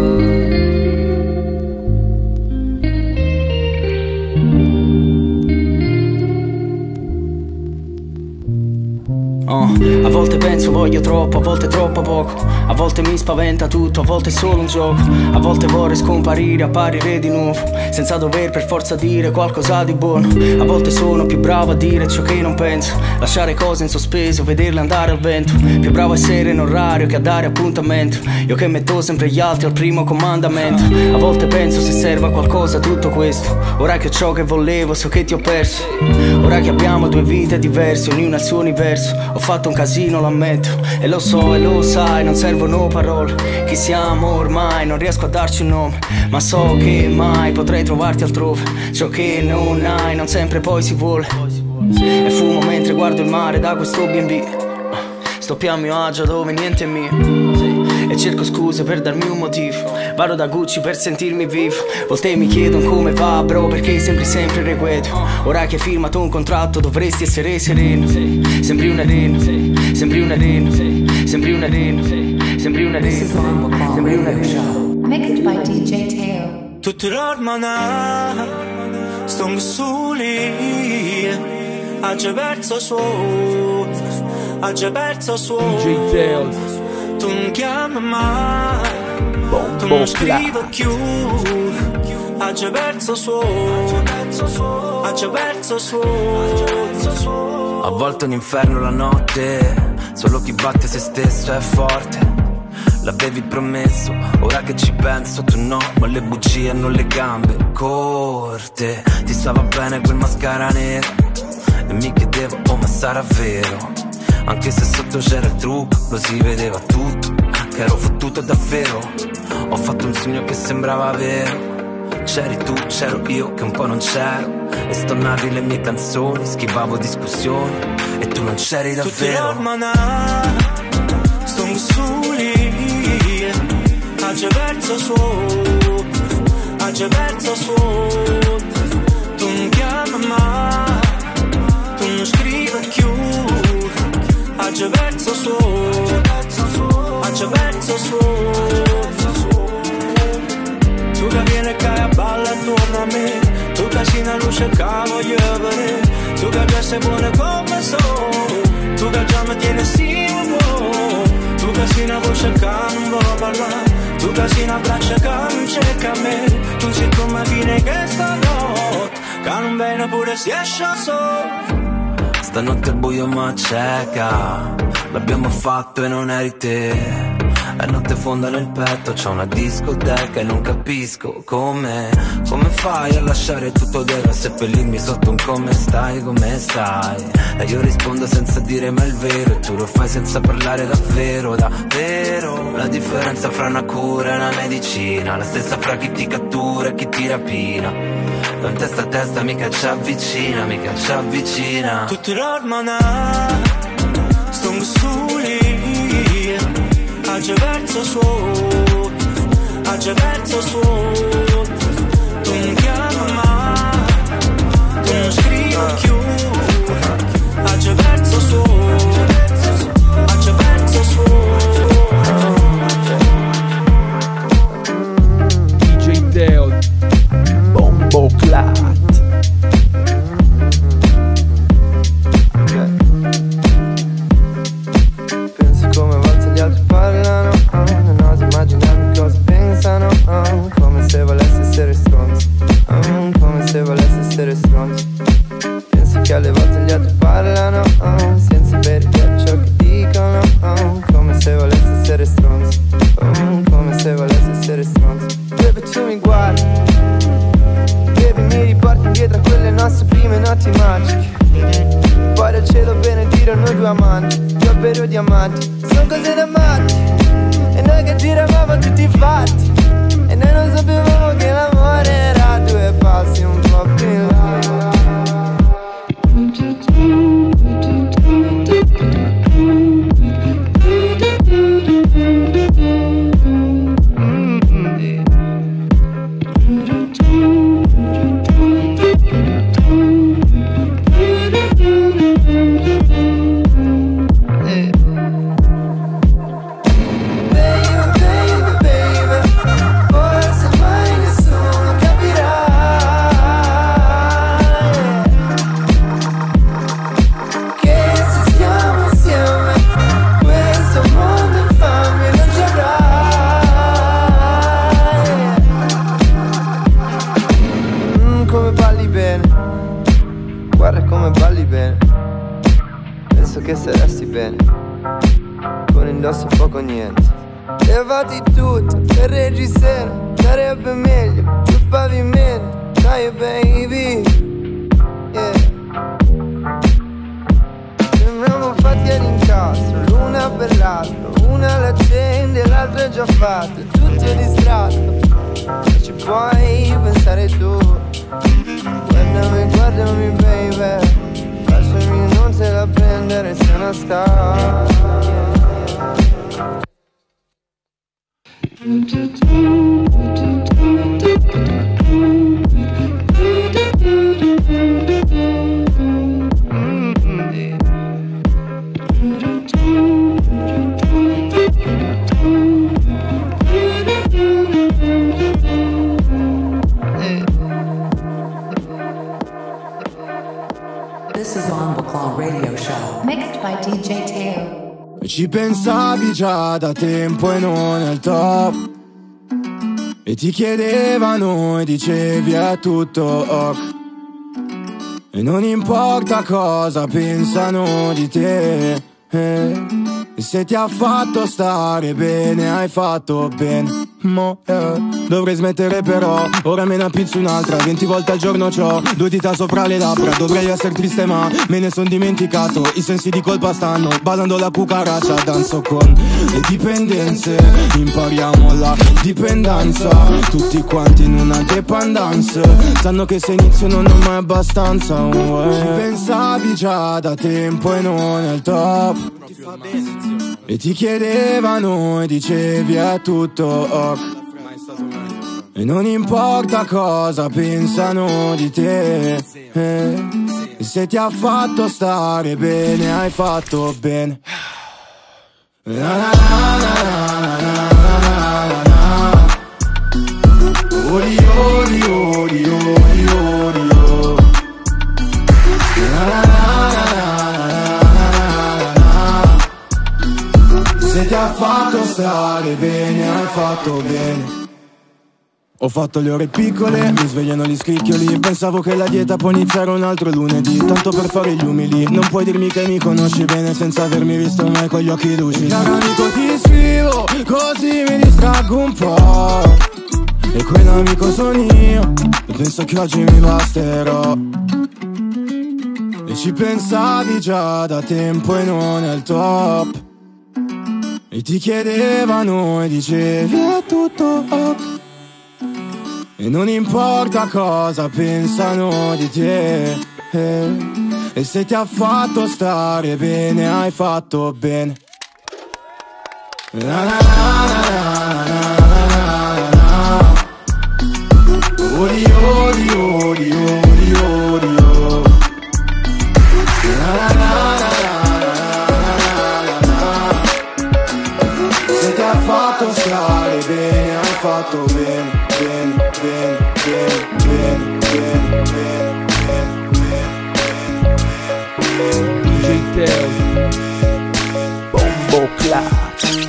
A volte penso voglio troppo, a volte troppo poco. A volte mi spaventa tutto, a volte è solo un gioco. A volte vorrei scomparire, apparire di nuovo, senza dover per forza dire qualcosa di buono. A volte sono più bravo a dire ciò che non penso, lasciare cose in sospeso, vederle andare al vento. Più bravo a essere in orario che a dare appuntamento, io che metto sempre gli altri al primo comandamento. A volte penso se serva a qualcosa tutto questo. Ora che ho ciò che volevo so che ti ho perso. Ora che abbiamo due vite diverse, ognuna al suo universo. Ho fatto un casino, lo ammetto, e lo so e lo sai, non servono parole. Chi siamo ormai, non riesco a darci un nome, ma so che mai potrei trovarti altrove. Ciò che non hai, non sempre poi si vuole. E fumo mentre guardo il mare da questo B&B. Sto più a mio agio dove niente è mio. E cerco scuse per darmi un motivo. Vado da Gucci per sentirmi vivo. Volte mi chiedono come va bro, perché sembri sempre irrequieto. Ora che hai firmato un contratto dovresti essere sereno. Sembri un arena, sembri un arena, sembri un arena, sembri un arena, sembri un arena. Mixed by DJ Teo. Tutti l'ormana stanno soli. Ha già perso suo, ha già perso suo. DJ Teo. Tu non chiami mai, tu non scrivi più. Ha già perso suo, ha già perso suo. A volte un inferno la notte, solo chi batte se stesso è forte. L'avevi promesso, ora che ci penso tu no, ma le bugie hanno le gambe corte. Ti stava bene quel mascara nero e mi chiedevo, oh ma sarà vero? Anche se sotto c'era il trucco, lo si vedeva tutto, che ero fottuto davvero. Ho fatto un sogno che sembrava vero. C'eri tu, c'ero io che un po' non c'ero. E stonavi le mie canzoni, schivavo discussioni e tu non c'eri davvero. Tutti stanno soli. Ha già perso suo, ha già perso suo. Tu non chiami mai, tu non scrivi più. Ha già perso suo, ha già perso suo. Tu che vieni e cai a balla attorno a me, tu che sei una luce che voglio vedere, tu che già sei buona come sono, tu che già mi tieni simile, tu che sei una voce che non vuole parlare, tu che sei una braccia che non cerca a me, tu sei come viene che stanotte, che non viene pure se esce solo. Stanotte è buio ma cieca, l'abbiamo fatto e non eri te. la notte fonda nel petto, c'ho una discoteca e non capisco come fai a lasciare tutto vero, a seppellirmi sotto un come stai, e io rispondo senza dire mai il vero, e tu lo fai senza parlare davvero, davvero. La differenza fra una cura e una medicina, la stessa fra chi ti cattura e chi ti rapina, non testa a testa mica ci avvicina, mica ci avvicina. Tutti l'ormana stong soli, agge verso suot, agge verso suot. Tu non chiama mai, tu non scrivi più, agge verso suot, agge verso suot. DJ Deo, Bombo Clat. Penso come a volte gli altri parlano, non oso immaginarmi cosa pensano, come se volessi essere stronzo, come se volessi essere stronzo. Penso che alle volte gli altri parlano, senza vedere ciò che dicono, come se volessi essere stronzo, come se volessi essere stronzo. Baby, tu mi guardi, baby, mi riporti indietro a quelle nostre prime notti magiche. Poi dal cielo benedire noi due amanti, davvero diamanti, sono cose da matti. E noi che giravamo tutti fatti, e noi non sapevamo che l'amore era due passi un po' più in là. Che saresti bene con indosso poco niente. Levati tutto per reggiseno, sarebbe meglio sul pavimento. Dai baby, yeah. Sembriamo fatti all'incastro, l'una per l'altro, una l'accende, l'altra è già fatta, tutto è distratto. E ci puoi pensare tu, guardami baby, lasciami non se la prendere se una sta. This is Bombo Clan Radio Show. Mixed by DJ Teo. Ci pensavi già da tempo e non è il top, e ti chiedevano e dicevi è tutto ok, e non importa cosa pensano di te, e se ti ha fatto stare bene hai fatto bene. Dovrei smettere però, ora me ne appizzo un'altra, 20 volte al giorno c'ho 2 dita sopra le labbra. Dovrei essere triste ma me ne son dimenticato, i sensi di colpa stanno ballando la cucaraccia. Danzo con le dipendenze, impariamo la dipendenza, tutti quanti in una dependance, sanno che se inizio non è mai abbastanza. Ci pensavi già da tempo e non è il top, e ti chiedevano e dicevi è tutto ok, e non importa cosa pensano di te, e se ti ha fatto stare bene hai fatto bene. Ori ori ori ori ori ori. Se ti ha fatto stare bene hai fatto bene. Ho fatto le ore piccole, mi svegliano gli scricchioli. Pensavo che la dieta può iniziare un altro lunedì, tanto per fare gli umili. Non puoi dirmi che mi conosci bene senza avermi visto mai con gli occhi lucidi. Caro amico ti scrivo, così mi distraggo un po'. E quell'amico sono io, e penso che oggi mi basterò. E ci pensavi già da tempo e non è il top. E ti chiedevano e dicevi è tutto ok. E non importa cosa pensano di te. E se ti ha fatto stare bene, hai fatto bene. Na na na na na na. Odi, odi, odi, odi, odi, odi. Na na na na na. Se ti ha fatto stare bene, hai fatto bene, bene. DJ Teo, Bombo Club.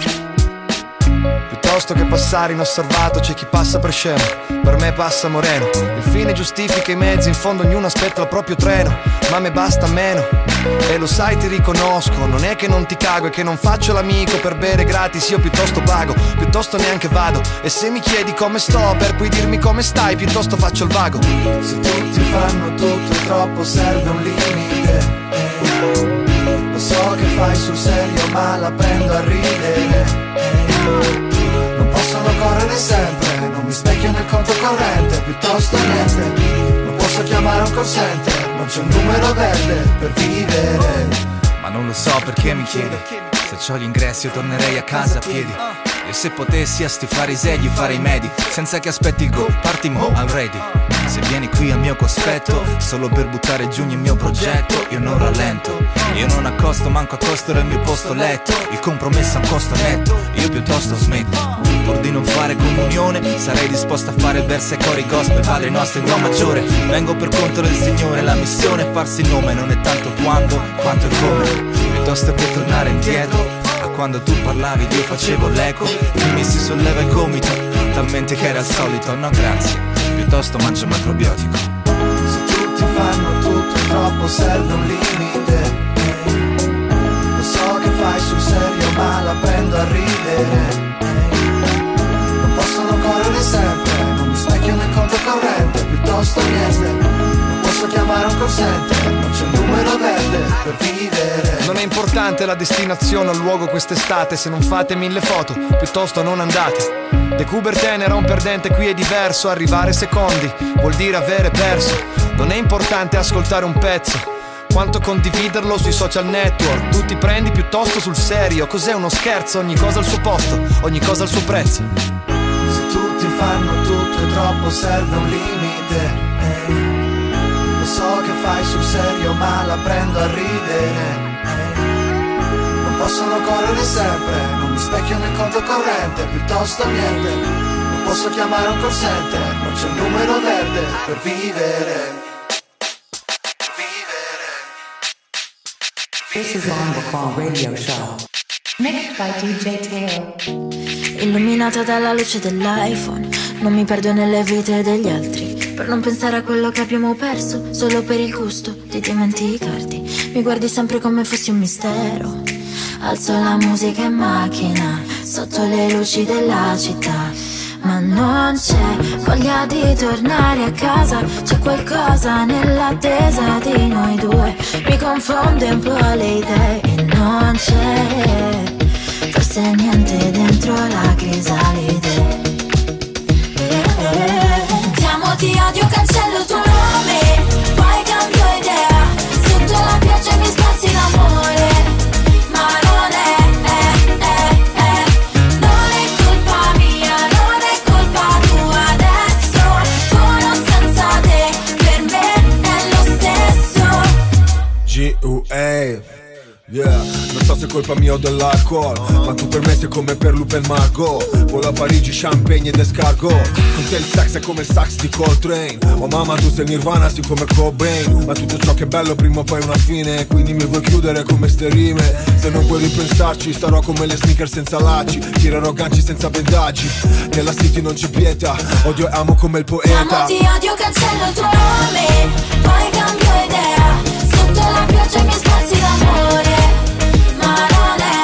Piuttosto che passare inosservato c'è chi passa per scemo, per me passa moreno. Il fine giustifica i mezzi, in fondo ognuno aspetta il proprio treno, ma a me basta meno. E lo sai, ti riconosco, non è che non ti cago, è che non faccio l'amico per bere gratis, io piuttosto pago, piuttosto neanche vado. E se mi chiedi come sto, per poi dirmi come stai, piuttosto faccio il vago. Se tutti fanno tutto e troppo serve un limite. Lo so che fai sul serio ma la prendo a ridere. Non possono correre sempre, non mi specchio nel conto corrente, piuttosto niente. Non posso chiamare un call center, non c'è un numero verde per vivere. Ma non lo so perché mi chiedi, se c'ho gli ingressi io tornerei a casa a piedi. E se potessi a sti farisei gli farei medi, senza che aspetti il go, parti mo, I'm ready. Se vieni qui al mio cospetto, solo per buttare giù il mio progetto, io non rallento. Io non accosto, manco accosto del mio posto letto. Il compromesso a un costo netto, io piuttosto smetto. Pur di non fare comunione, sarei disposto a fare il verso ai cori gospel, Padre nostro in do maggiore. Vengo per conto del Signore, la missione è farsi il nome, non è tanto quando, quanto il come. Piuttosto che tornare indietro a quando tu parlavi io facevo l'eco, mi si solleva il gomito, talmente che era il solito, no grazie, piuttosto mangio macrobiotico. Se tutti fanno tutto e troppo serve un limite. Lo so che fai sul serio ma la prendo a ridere. Non possono correre sempre, non mi specchio nel conto corrente, piuttosto niente. Non posso chiamare un call center, non c'è un numero verde per vivere. Non è importante la destinazione al luogo quest'estate, se non fate 1000 foto, piuttosto non andate. De Coubertin era un perdente, qui è diverso, arrivare secondi vuol dire avere perso. Non è importante ascoltare un pezzo, quanto condividerlo sui social network. Tu ti prendi piuttosto sul serio, cos'è uno scherzo? Ogni cosa al suo posto, ogni cosa al suo prezzo. Se tutti fanno tutto e troppo serve un limite. Lo so che fai sul serio ma la prendo a ridere. Non possono correre sempre, non mi specchio nel conto corrente, piuttosto niente. Non posso chiamare un call center, non c'è un numero verde per vivere. This is on the Call Radio Show. Mixed by DJ Teo. Illuminata dalla luce dell'iPhone, non mi perdo nelle vite degli altri, per non pensare a quello che abbiamo perso, solo per il gusto di dimenticarti. Mi guardi sempre come fossi un mistero. Alzo la musica in macchina, sotto le luci della città, ma non c'è voglia di tornare a casa. C'è qualcosa nell'attesa di noi due, mi confonde un po' le idee e non c'è forse niente dentro la crisalide. Ti amo, ti odio, cancello il tuo nome, poi cambio idea, sotto la pioggia mi spazzi l'amore, ma non è colpa mia, non è colpa tua. Adesso con o senza te, per me è lo stesso. G-U-A, yeah. Non so se è colpa mia o dell'alcol, ma tu per me sei come per Lupe e Margot. Volo a Parigi, champagne ed escargot. Con te il sex è come il sax di Coltrane. Oh mamma tu sei Nirvana, sì come Cobain. Ma tutto ciò che è bello prima o poi una fine, quindi mi vuoi chiudere come ste rime. Se non puoi ripensarci starò come le sneaker senza lacci. Tirerò ganci senza bendaggi. Nella city non c'è pietà, odio e amo come il poeta. Amo, ti odio, cancello il tuo nome, poi cambio idea. Sotto la pioggia mi sforzi d'amore, ma non è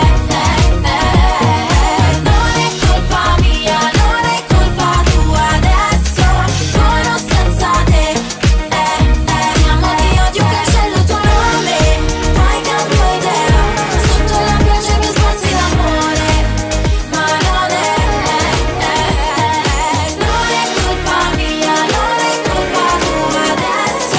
colpa mia, non è colpa tua adesso, con o senza te. Amo, ti odio, cancello il tuo nome, poi cambio idea. Sotto la pioggia mi sforzi d'amore, ma non è colpa mia, non è colpa tua adesso.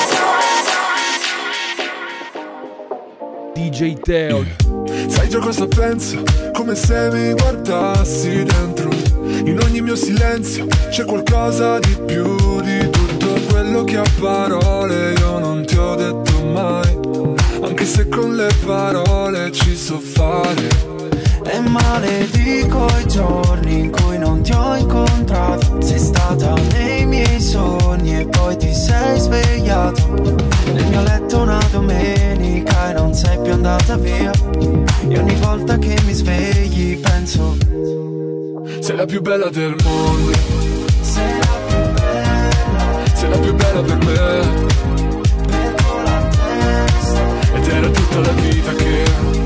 DJ Teo. Sai già cosa penso? Come se mi guardassi dentro. In ogni mio silenzio c'è qualcosa di più di tutto quello che a parole io non ti ho detto mai. Anche se con le parole ci so fare. E maledico i giorni in cui non ti ho incontrato. Sei stata nei miei sogni e poi ti sei svegliato nel mio letto una domenica e non sei più andata via. E ogni volta che mi svegli penso sei la più bella del mondo. Sei la più bella. Sei la più bella per me. Perdo la testa. Ed era tutta la vita che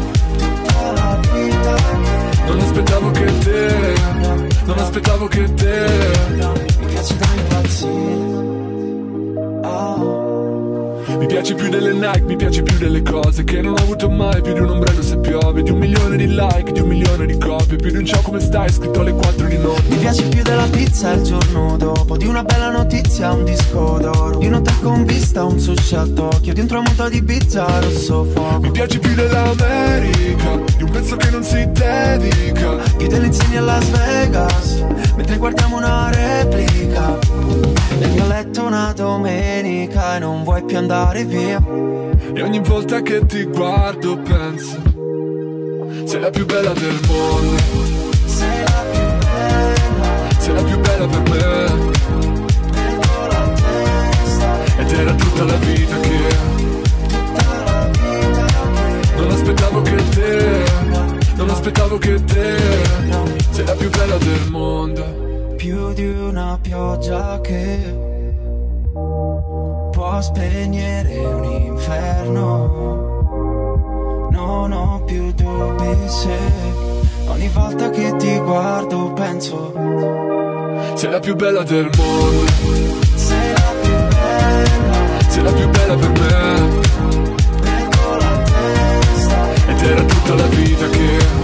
non aspettavo che te, non aspettavo che te. Mi piaci da impazzire. Mi piaci più delle Nike, mi piaci più delle cose che non ho avuto mai. Più di un ombrello se piove, di 1 milione di like, di 1 milione di copie. Più di un ciao come stai scritto alle 4 di notte. Mi piaci più della pizza il giorno dopo, di una bella notizia, un disco d'oro, di un hotel con vista, un sushi a Tokyo, di un tramonto di pizza rosso fuoco. Mi piaci più dell'America, di un pezzo che non si dedica, più delle insegne a Las Vegas, mentre guardiamo una replica. Nel mio letto una domenica e non vuoi più andare via. E ogni volta che ti guardo penso sei la più bella del mondo. Sei la più bella. Sei la più bella per me. Perdo la testa. Ed era tutta la vita che non aspettavo che te, non aspettavo che te. Sei la più bella del mondo. Più di una pioggia che può spegnere un inferno. Non ho più dubbi se ogni volta che ti guardo penso sei la più bella del mondo. Sei la più bella. Sei la più bella per me. Perdo la testa. Ed era tutta la vita che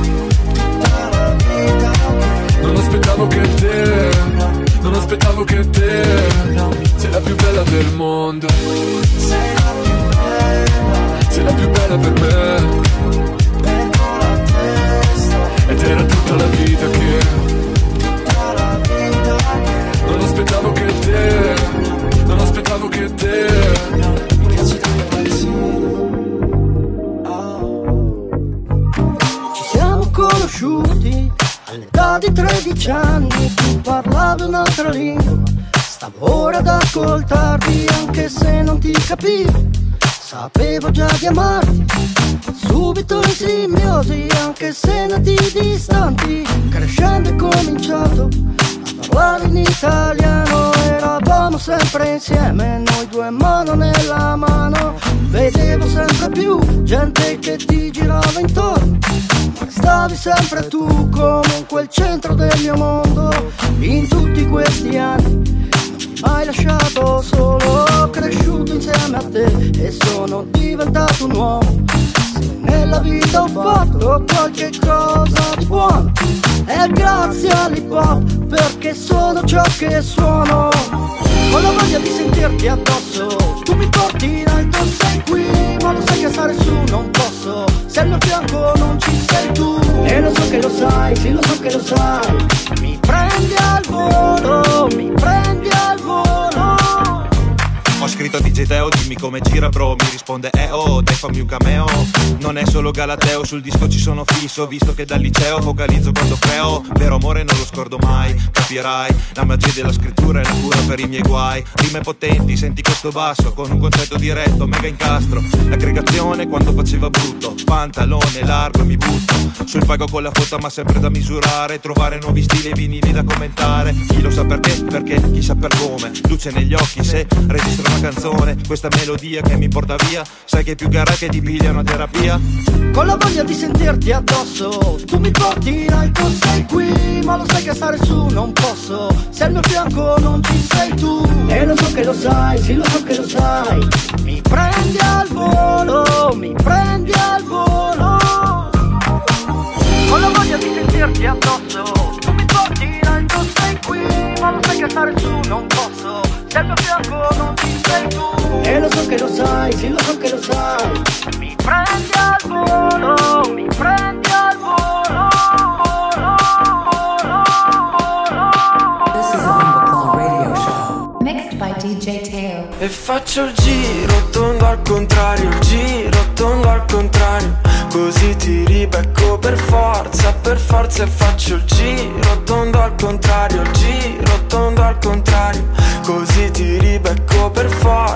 non aspettavo che te, non aspettavo che te. Sei la più bella del mondo. Sei la più bella. Sei la più bella per me. Perdo la testa. Ed era tutta la vita che non aspettavo che te, non aspettavo che te. Mi piaci da impazzire. Ci siamo conosciuti all'età di 13 anni, tu parlavi un'altra lingua, stavo ora ad ascoltarti anche se non ti capivo, sapevo già di amarti, subito in simbiosi anche se nati distanti, crescendo e cominciato a parlare in italiano, eravamo sempre insieme, noi due mano nella mano, vedevo sempre più gente che ti girava intorno, stavi sempre tu come in quel centro del mio mondo. In tutti questi anni non mi hai mai lasciato solo, ho cresciuto insieme a te e sono diventato un uomo. Se nella vita ho fatto qualche cosa di buono è grazie all'hip hop, perché sono ciò che sono. Ho la voglia di sentirti addosso, tu mi porti in alto, sei qui, ma lo sai che stare su non posso, se al mio fianco non ci sei tu. E lo so che lo sai, sì lo so che lo sai, mi prendi al volo, mi prendi al volo. Ho scritto a DJ Teo di dimmi come gira bro, mi risponde oh, dai fammi un cameo. Non è solo Galateo, sul disco ci sono fisso, visto che dal liceo focalizzo quando creo. Vero amore non lo scordo mai, capirai, la magia della scrittura è la cura per i miei guai. Rime potenti, senti questo basso, con un concetto diretto, mega incastro. L'aggregazione quando faceva brutto, pantalone largo e mi butto sul pago con la foto ma sempre da misurare. Trovare nuovi stili e vinili da commentare. Chi lo sa perché, chissà per come. Luce negli occhi se registro una canzone. Questa melodia che mi porta via, sai che è più gara che ti piglia una terapia. Con la voglia di sentirti addosso, tu mi porti in alto, sei qui, ma lo sai che stare su non posso. Se al mio fianco non ci sei tu, e lo so che lo sai, sì lo so che lo sai. Mi prendi al volo, mi prendi al volo. Con la voglia di sentirti addosso, tu mi porti in alto, sei qui, ma lo sai che stare su non posso. Se al mio fianco non ci sei tu, e lo so che lo sai, sì lo so che lo sai. Mi prendi al volo, mi prendi al volo. This is a Bumbleclaw Radio Show. Mixed by DJ Teo. E faccio il giro tondo al contrario, il giro tondo al contrario, così ti ribecco per forza e faccio il giro tondo al contrario, il giro tondo al contrario, così ti ribecco per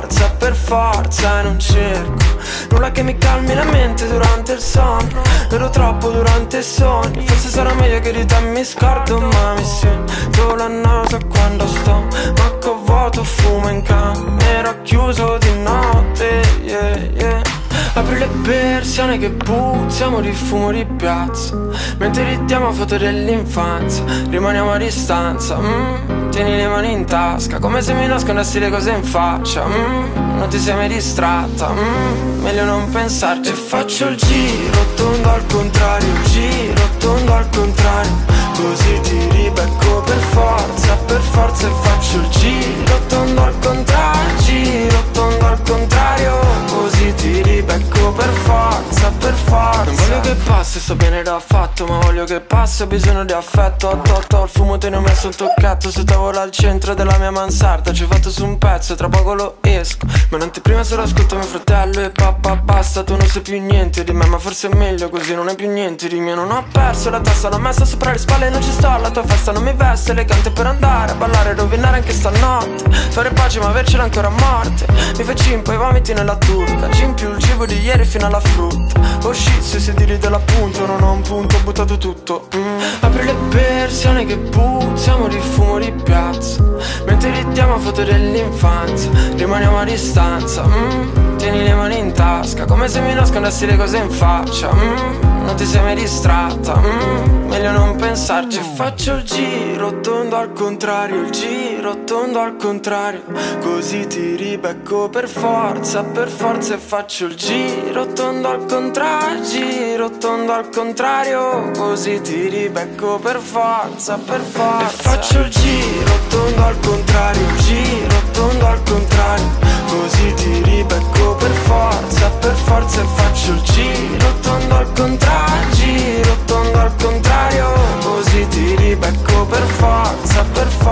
forza e non cerco nulla che mi calmi la mente durante il sonno. Vedo troppo durante i sogni, forse sarà meglio che di te mi scordo, ma mi sento la nausea quando sto macco vuoto, fumo in camera chiuso di notte, yeah, yeah. Apri le persiane che puzziamo di fumo di piazza, mentre rittiamo foto dell'infanzia, rimaniamo a distanza. Tieni le mani in tasca, come se mi nascondessi le cose in faccia. Non ti sei mai distratta, meglio non pensarci. E faccio il giro tondo al contrario, il giro tondo al contrario, così ti ribecco per forza e faccio il giro tondo al contrario, giro tondo al contrario, così ti ribecco per forza. Non voglio che passi, sto bene da fatto, ma voglio che passi, ho bisogno di affetto. Ho il fumo, te ne ho messo un tocchetto su tavola al centro della mia mansarda. Ci ho fatto su un pezzo e tra poco lo esco, ma in anteprima solo ascolto mio fratello e papà basta. Tu non sai più niente di me, ma forse è meglio così, non è più niente di me. Non ho perso la testa, l'ho messa sopra le spalle e non ci sto. Alla tua festa non mi veste elegante per andare a ballare e rovinare anche stanotte. Fare pace ma avercela ancora a morte. Mi fai cimpo e vomiti nella turca, cimpiu il cibo di ieri fino alla frutta. Oh shit, sui sedili dell'appunto, non ho un punto, ho buttato tutto. Apri le persiane che puzziamo di fumo di piazza, mentre rittiamo foto dell'infanzia, rimaniamo a distanza. Tieni le mani in tasca, come se mi nascondessi le cose in faccia. Non ti sei mai distratta, meglio non pensarci. E faccio il giro tondo al contrario, il giro tondo al contrario, così ti ribecco per forza e faccio il giro tondo al contrario, giro tondo al contrario, così ti ribecco per forza E faccio il giro tondo al contrario, il giro tondo al contrario, così ti ribecco per forza e faccio il giro tondo al contrario, giro tondo al contrario, così ti ribecco per forza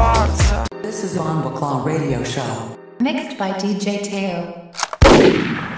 This is a Bumbleclaw Radio Show. Mixed by DJ Teo.